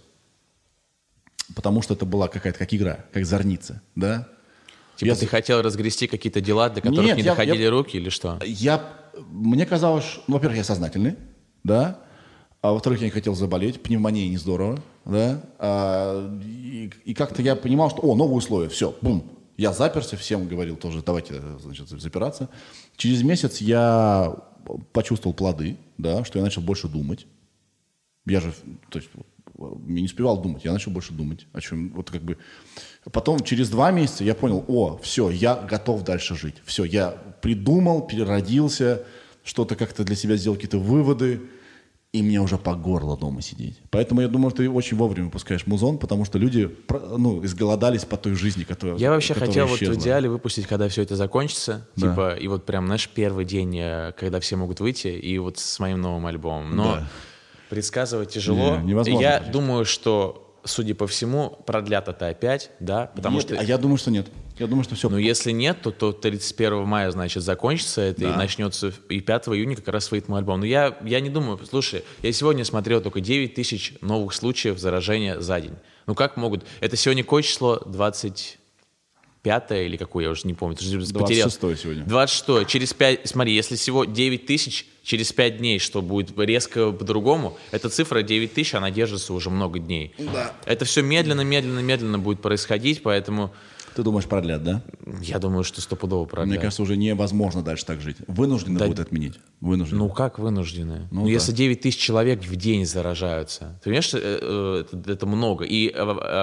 потому что это была какая-то как игра, как зорница, да? Типа я ты с- хотел разгрести какие-то дела, до которых Нет, не я- доходили я- руки или что? Я, мне казалось, что- ну, во-первых, я сознательный, да, а во-вторых, я не хотел заболеть, пневмония не здорово, да, А, и, и как-то я понимал, что, о, новые условия, все, бум, я заперся, всем говорил тоже, давайте, значит, запираться. Через месяц я почувствовал плоды, да, что я начал больше думать. Я же, то есть, я не успевал думать, я начал больше думать, о чем, вот как бы. Потом через два месяца я понял, о, все, я готов дальше жить, все, я придумал, переродился, что-то как-то для себя сделал какие-то выводы, и мне уже по горло дома сидеть. Поэтому я думаю, ты очень вовремя выпускаешь музон, потому что люди, про- ну, изголодались по той жизни, которая Я вообще которая хотел вот в исчезла. идеале выпустить, когда все это закончится. Да. Типа, и вот прям, знаешь, первый день, э, когда все могут выйти, и вот с моим новым альбомом. Но Да. предсказывать тяжело. Не, невозможно Я почти. думаю, что судя по всему, продлят это опять, да, потому нет, что... А я думаю, что нет. Я думаю, что все... Но если нет, то, то тридцать первого мая, значит, закончится это, да. И начнется, и пятого июня как раз выйдет мой альбом. Но я, я не думаю, слушай, я сегодня смотрел только девять тысяч новых случаев заражения за день. Ну как могут? Это сегодня какое число? двадцать пятое или какое, я уже не помню. двадцать шестое сегодня. двадцать шестое. Через пять, смотри, если всего девять тысяч, через пять дней, что будет резко по-другому, эта цифра девять тысяч, она держится уже много дней. Да. Это все медленно, медленно, медленно будет происходить, поэтому... Ты думаешь, продлят, да? Я думаю, что стопудово продлят. Мне кажется, уже невозможно дальше так жить. Вынуждены да, будут отменить. Вынуждены. Ну как вынуждены? Ну, ну да. Если девять тысяч человек в день заражаются, ты понимаешь, это, это много. И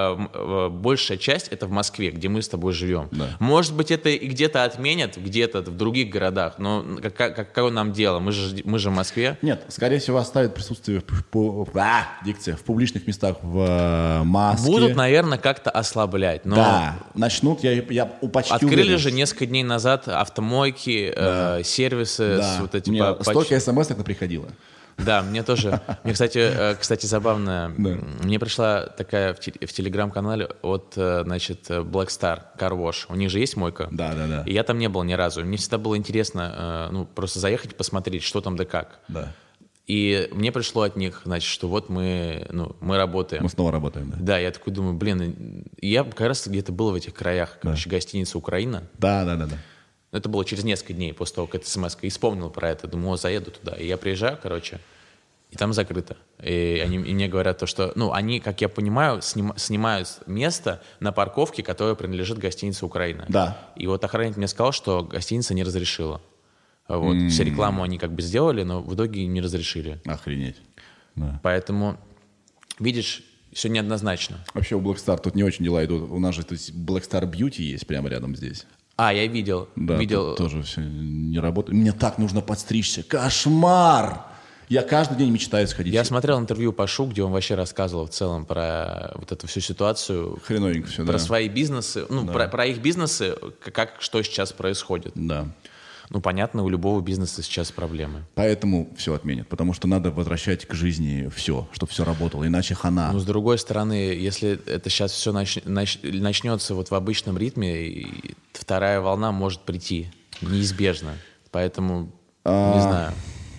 большая часть это в Москве, где мы с тобой живем. Да. Может быть, это и где-то отменят, где-то в других городах, но как, как, какое нам дело? Мы же, мы же в Москве. Нет, скорее всего, оставят присутствие в, в, а, дикция, в публичных местах в Москве. Будут, наверное, как-то ослаблять. Но... Да, начнут, я, я почти Открыли уверен. же несколько дней назад автомойки, да. э, сервисы да. с вот этим... Мне по, столько поч... смс-ок приходило. Да, мне тоже. Мне, кстати, кстати, забавно. Да. Мне пришла такая в, в телеграм-канале от, значит, Black Star Car Wash. У них же есть мойка. Да, да, да. И я там не был ни разу. Мне всегда было интересно, ну, просто заехать, посмотреть, что там да как. Да. И мне пришло от них, значит, что вот мы, ну, мы работаем. Мы снова работаем, да. Да, я такой думаю, блин, я как раз где-то был в этих краях, короче, да. Гостиница «Украина». Да, да, да, да. Это было через несколько дней после того, как эта смс-ка. И вспомнил про это. Думаю, о, заеду туда. И я приезжаю, короче, и там закрыто. И, они, и мне говорят то, что... Ну, они, как я понимаю, сним, снимают место на парковке, которое принадлежит гостинице «Украина». Да. И вот охранник мне сказал, что гостиница не разрешила. Вот. Mm. Все рекламу они как бы сделали, но в итоге не разрешили. Охренеть. Да. Поэтому, видишь, все неоднозначно. Вообще у Black Star тут не очень дела идут. У нас же тут Black Star Beauty есть прямо рядом здесь. А, я видел. Да, видел. Тут тоже все не работает. Мне так нужно подстричься. Кошмар! Я каждый день мечтаю сходить. Я смотрел интервью Пашу, где он вообще рассказывал в целом про вот эту всю ситуацию. Хреновенько все, про да. Про свои бизнесы, ну, да. про, про их бизнесы, как, что сейчас происходит. Да. Ну, понятно, у любого бизнеса сейчас проблемы. Поэтому все отменят, потому что надо возвращать к жизни все, чтобы все работало, иначе хана. Ну, с другой стороны, если это сейчас все нач, нач, начнется вот в обычном ритме, и вторая волна может прийти неизбежно. Поэтому, а... не знаю.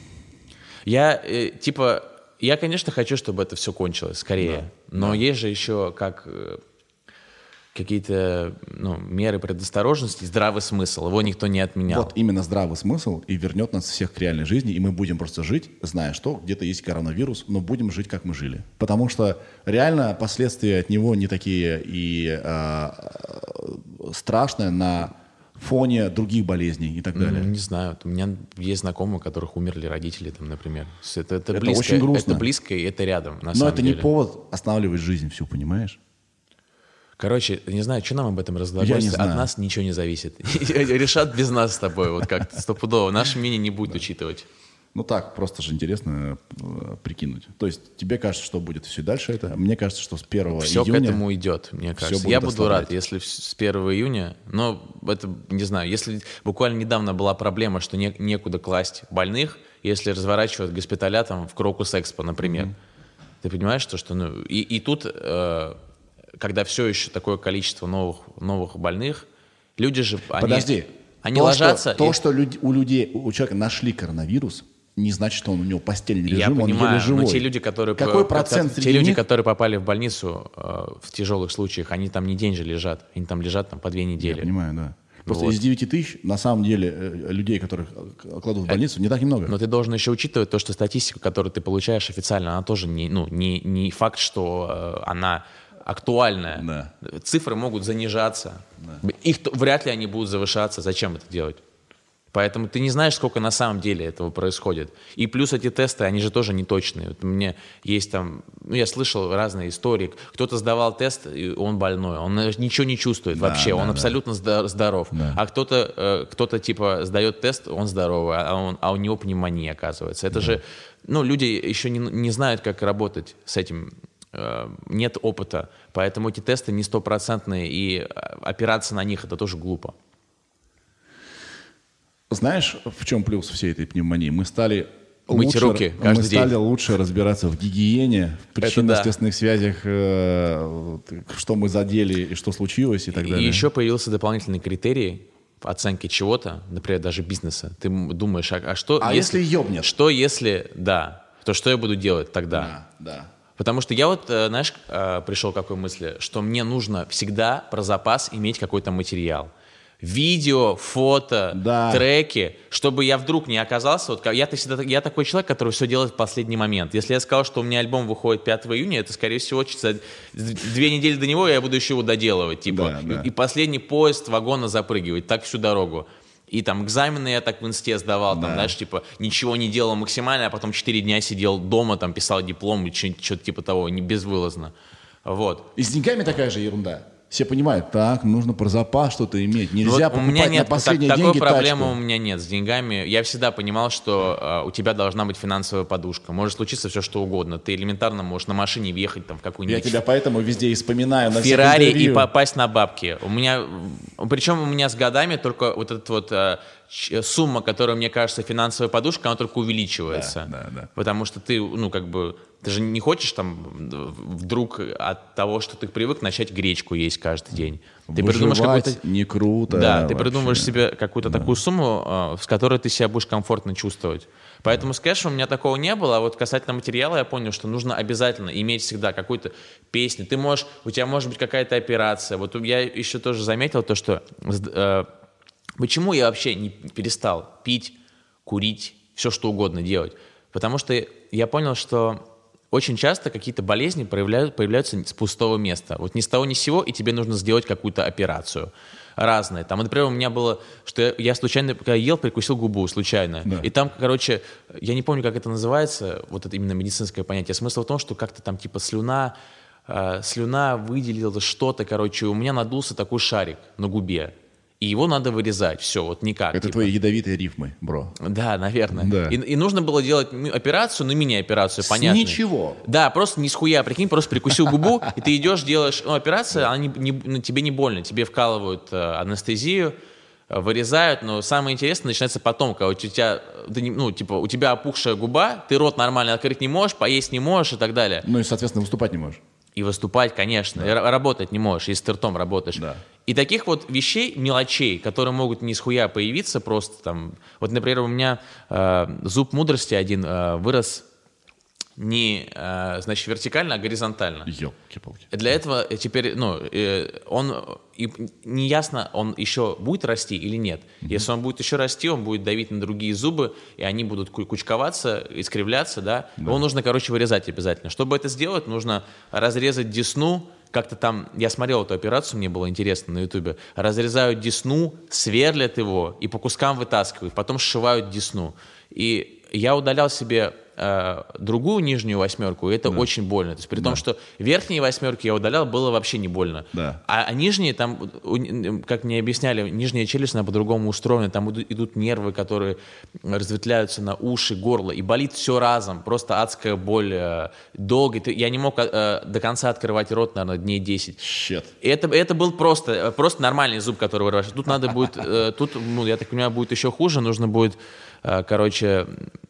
Я, э, типа, я, конечно, хочу, чтобы это все кончилось скорее, да, но да. есть же еще как... какие-то ну, меры предосторожности, здравый смысл. Его никто не отменял. Вот именно здравый смысл и вернет нас всех к реальной жизни, и мы будем просто жить, зная, что где-то есть коронавирус, но будем жить, как мы жили. Потому что реально последствия от него не такие и э, страшные на фоне других болезней и так далее. Не знаю. У меня есть знакомые, у которых умерли родители, там, например. Это, это, это близко, очень грустно. Это близко и это рядом, на но самом это деле. не повод останавливать жизнь всю, понимаешь? Короче, не знаю, что нам об этом разглагольствовать. От нас ничего не зависит. Решат без нас с тобой, вот как-то стопудово. Наше мнение не будет учитывать. Ну так, просто же интересно прикинуть. То есть тебе кажется, что будет все дальше это? Мне кажется, что с первого все июня... Все к этому идет, мне кажется. Я буду ослаблять. Рад, если с первого июня... Но это, не знаю, если буквально недавно была проблема, что не, некуда класть больных, если разворачивают госпиталя там в Крокус-Экспо, например. Mm-hmm. Ты понимаешь, что... что ну, и, и тут... Э, когда все еще такое количество новых, новых больных, люди же... Они, Подожди. Они то, ложатся... Что, и... То, что люди, у людей, у человека нашли коронавирус, не значит, что он у него постельный режим, Я он понимаю, еле живой. Но те люди, которые... Какой процент те среди люди, них... которые попали в больницу э, в тяжелых случаях, они там не день же лежат. Они там лежат там, по две недели. Я понимаю, да. Просто вот. Из девяти тысяч, на самом деле, людей, которых кладут в больницу, не так немного. Но ты должен еще учитывать то, что статистика, которую ты получаешь официально, она тоже не, ну, не, не факт, что э, она... актуальная. Да. Цифры могут занижаться. Да. Их вряд ли они будут завышаться. Зачем это делать? Поэтому ты не знаешь, сколько на самом деле этого происходит. И плюс эти тесты, они же тоже неточные. Вот у меня есть там... Ну, я слышал разные истории. Кто-то сдавал тест, и он больной. Он ничего не чувствует да, вообще. Да, он да. абсолютно здоров. Да. А кто-то, э, кто-то типа сдает тест, он здоровый, а, он, а у него пневмония, оказывается. Это да. же... Ну, люди еще не, не знают, как работать с этим... Нет опыта, поэтому эти тесты не стопроцентные, и опираться на них это тоже глупо. Знаешь, в чем плюс всей этой пневмонии? Мы стали Мыть лучше, руки каждый мы день. стали лучше разбираться в гигиене, в причинно-следственных да. связях, э, что мы задели и что случилось и так и далее. И еще появился дополнительный критерий оценки чего-то, например, даже бизнеса. Ты думаешь, а, а что А если ёбнет? Что если, да, то что я буду делать тогда? Да, да. Потому что я вот, знаешь, пришел к какой мысли, что мне нужно всегда про запас иметь какой-то материал. Видео, фото, да. треки, чтобы я вдруг не оказался... Вот, я, всегда, я такой человек, который все делает в последний момент. Если я сказал, что у меня альбом выходит пятого июня, это, скорее всего, за две недели до него я буду еще его доделывать. Типа, да, да. И, и последний поезд вагона запрыгивать, так всю дорогу. И там экзамены я так в инсте сдавал, да. там, знаешь, типа, ничего не делал максимально, а потом четыре дня сидел дома, там, писал диплом, и что-то типа того, не безвылазно. Вот. И с деньгами такая же ерунда. Все понимают, так, нужно про запас что-то иметь. Нельзя вот покупать у меня нет, на последние так, деньги такой проблемы тачку. у меня нет с деньгами. Я всегда понимал, что э, у тебя должна быть финансовая подушка. Может случиться все, что угодно. Ты элементарно можешь на машине въехать там, в какую-нибудь... Я тебя поэтому везде и вспоминаю на всех Феррари интервью. И попасть на бабки. У меня... Причем у меня с годами только вот эта вот э, сумма, которая, мне кажется, финансовая подушка, она только увеличивается. Да, да, да. Потому что ты, ну, как бы... Ты же не хочешь там вдруг от того, что ты привык, начать гречку есть каждый день. Ты придумаешь какую-то... не круто. Да, вообще. ты придумаешь себе какую-то да. такую сумму, с которой ты себя будешь комфортно чувствовать. Поэтому с кэшем у меня такого не было. А вот касательно материала я понял, что нужно обязательно иметь всегда какую-то песню. Ты можешь, у тебя может быть какая-то операция. Вот я еще тоже заметил то, что э, почему я вообще не перестал пить, курить, все что угодно делать. Потому что я понял, что очень часто какие-то болезни проявляют, появляются с пустого места. Вот ни с того ни с сего, и тебе нужно сделать какую-то операцию. Разные. Там, например, у меня было, что я, я случайно, когда ел, прикусил губу случайно. Да. И там, короче, я не помню, как это называется, вот это именно медицинское понятие. Смысл в том, что как-то там типа слюна, э, слюна выделила что-то, короче, у меня надулся такой шарик на губе. И его надо вырезать, все, вот никак. Это типа. твои ядовитые рифмы, бро. Да, наверное. Да. И, и нужно было делать операцию, ну, мини-операцию, С понятно. ничего. Да, просто не с хуя, прикинь, просто прикусил губу, и ты идешь, делаешь, ну, операция, она не, не, ну, тебе не больно, тебе вкалывают э, анестезию, э, вырезают, но самое интересное начинается потом, когда у тебя, ты, ну, типа, у тебя опухшая губа, ты рот нормально открыть не можешь, поесть не можешь и так далее. Ну и, соответственно, выступать не можешь. И выступать, конечно, да. И работать не можешь, если ты ртом работаешь. Да. И таких вот вещей, мелочей, которые могут не с хуя появиться просто там... Вот, например, у меня э, зуб мудрости один э, вырос не, э, значит, вертикально, а горизонтально. Ёлки-палки. Для этого теперь, ну, э, он, и, неясно, он еще будет расти или нет. Mm-hmm. Если он будет еще расти, он будет давить на другие зубы, и они будут кучковаться, искривляться, да. Да. Его нужно, короче, вырезать обязательно. Чтобы это сделать, нужно разрезать десну. Как-то там, я смотрел эту операцию, мне было интересно на ютубе, разрезают десну, сверлят его и по кускам вытаскивают, потом сшивают десну. И я удалял себе э, другую нижнюю восьмерку, и это да. очень больно. То есть при да. том, что верхние восьмерки я удалял, было вообще не больно. Да. А, а нижние, там, как мне объясняли, нижняя челюсть, она по-другому устроена, там идут, идут нервы, которые разветвляются на уши, горло, и болит все разом, просто адская боль, э, долго. Я не мог э, до конца открывать рот, наверное, дней десять. Shit. Это, это был просто, просто нормальный зуб, который вырываешь. Тут надо будет, э, тут, ну, я так понимаю, будет еще хуже, нужно будет, э, короче,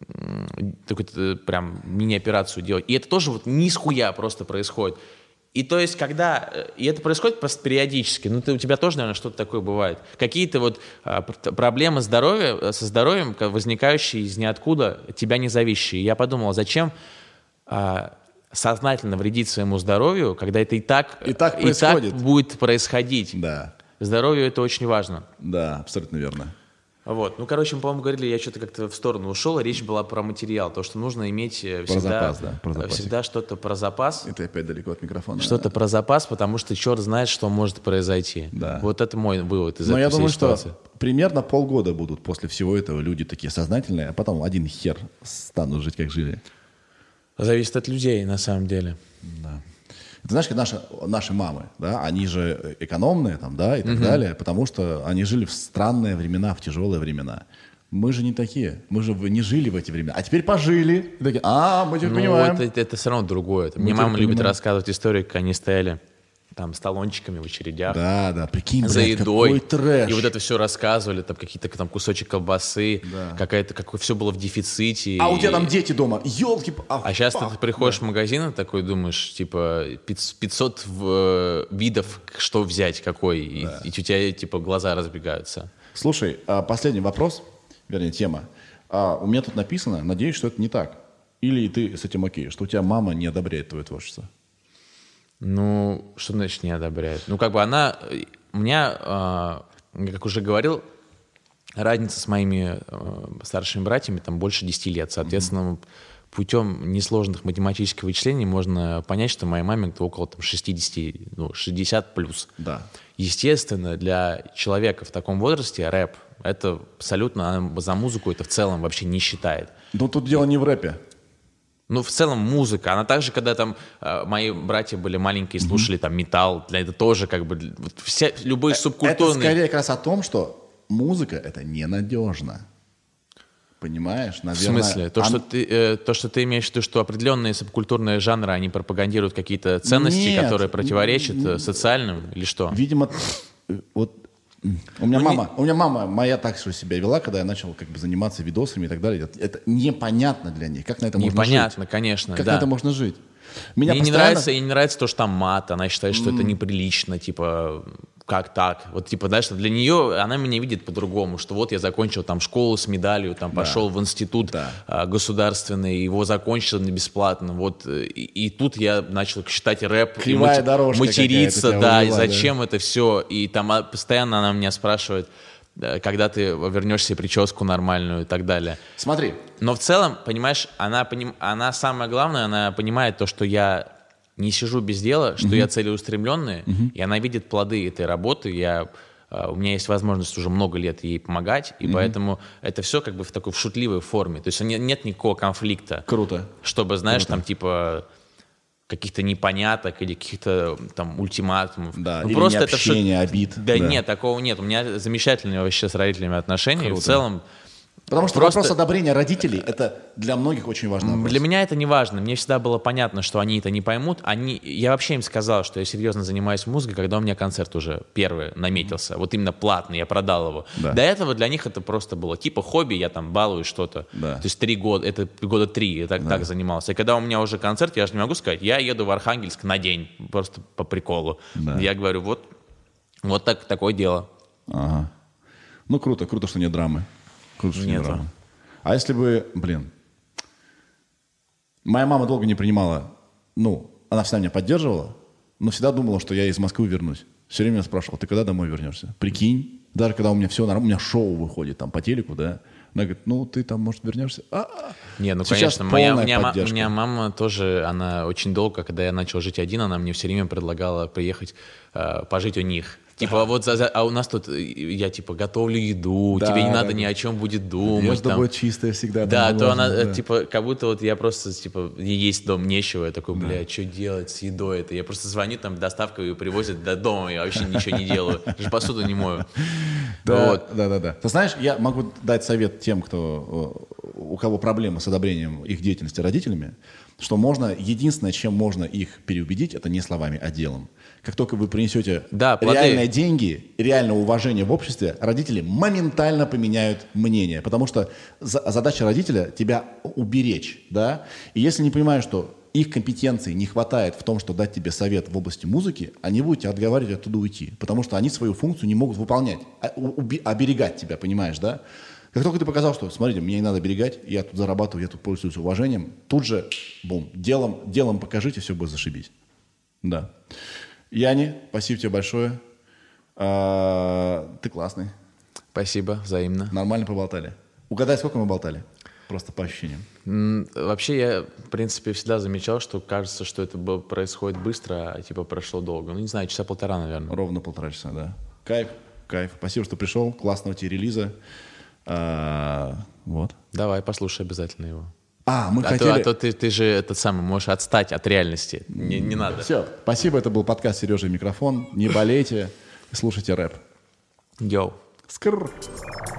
такую прям мини-операцию делать. И это тоже вот ни с хуя просто происходит. И то есть, когда... И это происходит просто периодически. Ну, ты, у тебя тоже, наверное, что-то такое бывает. Какие-то вот а, проблемы здоровья, со здоровьем, возникающие из ниоткуда, от тебя не зависящие. И я подумал, зачем а, сознательно вредить своему здоровью, когда это и так, и так, и так будет происходить. Да. Здоровью это очень важно. Да, абсолютно верно. Вот. Ну, короче, мы, по-моему, говорили, я что-то как-то в сторону ушел, речь была про материал, то, что нужно иметь всегда, про запас, да, про всегда что-то про запас. Это опять далеко от микрофона. Что-то да. про запас, потому что черт знает, что может произойти. Да. Вот это мой вывод из Но этой я думаю, ситуации. Что примерно полгода будут после всего этого люди такие сознательные, а потом один хер станут жить, как жили. Зависит от людей, на самом деле. Да. Ты знаешь, наши, наши мамы, да, они же экономные там, да, и так угу. далее, потому что они жили в странные времена, в тяжелые времена. Мы же не такие, мы же не жили в эти времена, а теперь пожили. И такие, а, мы теперь ну, понимаем. Это, это все равно другое. Мне мама любит рассказывать истории, как они стояли там с талончиками в очередях. Да, да, прикинь, за блядь, едой. какой трэш. И вот это все рассказывали, там какие-то там кусочек колбасы, Да. какая-то, как все было в дефиците. А и... у тебя там дети дома, елки. А, А сейчас фак. ты приходишь да. в магазин и такой думаешь, типа, пятьсот в, э, видов, что взять, какой, да. и, и у тебя, типа, глаза разбегаются. Слушай, последний вопрос, вернее, тема. У меня тут написано, надеюсь, что это не так. Или ты с этим окей, что у тебя мама не одобряет твое творчество? Ну, что значит не одобряет? Ну, как бы она... У меня, э, как уже говорил, разница с моими э, старшими братьями там больше десяти лет. Соответственно, mm-hmm. путем несложных математических вычислений можно понять, что моей маме около там, шестьдесят, ну, шестьдесят плюс. Да. Естественно, для человека в таком возрасте рэп — это абсолютно... Она за музыку это в целом вообще не считает. Но тут дело не в рэпе. Ну, в целом музыка. Она также, когда там э, мои братья были маленькие, слушали mm-hmm. там металл, для это тоже как бы... Вот, все, любые субкультурные... Это скорее как раз о том, что музыка — это ненадежно. Понимаешь? Наверное, в смысле? То, он... что ты, э, то, что ты имеешь в виду, что определенные субкультурные жанры, они пропагандируют какие-то ценности, Нет, которые противоречат социальным, или что? Видимо, вот... У меня, ну, мама, не... у меня мама моя так же себя вела, когда я начал как бы заниматься видосами и так далее. Это, это непонятно для них. Как на это можно жить? Непонятно, конечно, Как да. на это можно жить? Меня Мне постоянно... не нравится, ей не нравится то, что там мат. Она считает, что mm. это неприлично, типа... Как так? Вот, типа, знаешь, для нее, она меня видит по-другому, что вот я закончил там школу с медалью, там да. пошел в институт да. а, государственный, его закончил бесплатно, вот, и, и тут я начал считать рэп, и мати- материться, да, и зачем да. это все, и там постоянно она меня спрашивает, когда ты вернешь себе прическу нормальную и так далее. Смотри. Но в целом, понимаешь, она, поним... она самое главное, она понимает то, что я... не сижу без дела, что uh-huh. я целеустремленный, uh-huh. и она видит плоды этой работы. Я, uh, у меня есть возможность уже много лет ей помогать, и uh-huh. поэтому это все как бы в такой в шутливой форме. То есть нет, нет никакого конфликта. Круто. Чтобы, знаешь, Круто. там типа каких-то непоняток или каких-то там ультиматумов. Да, ну, или просто необщения, это обид. Да, да нет, такого нет. У меня замечательные вообще с родителями отношения. Круто. И в целом Потому что Просто... вопрос одобрения родителей — это для многих очень важный вопрос. Для меня это не важно. Мне всегда было понятно, что они это не поймут. Они... Я вообще им сказал, что я серьезно занимаюсь музыкой, когда у меня концерт уже первый наметился. Mm-hmm. Вот именно платный, я продал его. Да. До этого для них это просто было типа хобби, я там балую что-то. Да. То есть три года, это года три я так, да. так занимался. И когда у меня уже концерт, я же не могу сказать, я еду в Архангельск на день, просто по приколу. Да. Я говорю, вот, вот так, такое дело. Ага. Ну круто, круто, что нет драмы. Круто, что нет драмы. А если бы, блин, моя мама долго не принимала, ну, она всегда меня поддерживала, но всегда думала, что я из Москвы вернусь. Все время меня спрашивала, ты когда домой вернешься? Прикинь, даже когда у меня все нормально, у меня шоу выходит там по телеку, да, она говорит, ну, ты там, может, вернешься? А-а-а. Не, ну, сейчас конечно, моя, у, меня, у меня мама тоже, она очень долго, когда я начал жить один, она мне все время предлагала приехать э, пожить у них. Типа, вот, за, за, а у нас тут, я, типа, готовлю еду, да, тебе не надо да, ни о чем будет думать. Одежда будет чистая всегда. Да, то она, да. типа, как будто вот я просто, типа, есть дом нечего, я такой, бля, да. что делать с едой это? Я просто звоню, там, доставка ее привозит до дома, я вообще ничего не делаю, даже посуду не мою. Да, вот. да, да, да. Ты знаешь, я могу дать совет тем, кто, у кого проблемы с одобрением их деятельности родителями, что можно, единственное, чем можно их переубедить, это не словами, а делом. Как только вы принесете да, реальные деньги, реальное уважение в обществе, родители моментально поменяют мнение. Потому что задача родителя — тебя уберечь. Да? И если не понимаешь, что их компетенции не хватает в том, что дать тебе совет в области музыки, они будут тебя отговаривать оттуда уйти. Потому что они свою функцию не могут выполнять. Оберегать тебя, понимаешь, да? Как только ты показал, что, смотрите, мне не надо берегать, я тут зарабатываю, я тут пользуюсь уважением, тут же, бум, делом, делом покажите, все будет зашибись. Да. Яни, спасибо тебе большое. А, ты классный. Спасибо, взаимно. Нормально поболтали. Угадай, сколько мы болтали? Просто по ощущениям. М- вообще, я, в принципе, всегда замечал, что кажется, что это происходит быстро, а типа прошло долго. Ну, не знаю, часа полтора, наверное. Ровно полтора часа, да. Кайф, кайф. Спасибо, что пришел. Классного тебе релиза. А, вот. Давай, послушай обязательно его. А, мы а хотели... То, а то ты, ты же этот самый можешь отстать от реальности. Не, не надо. Все, спасибо. Это был подкаст «Сережа и микрофон». Не болейте, слушайте рэп. Йоу. Скррр.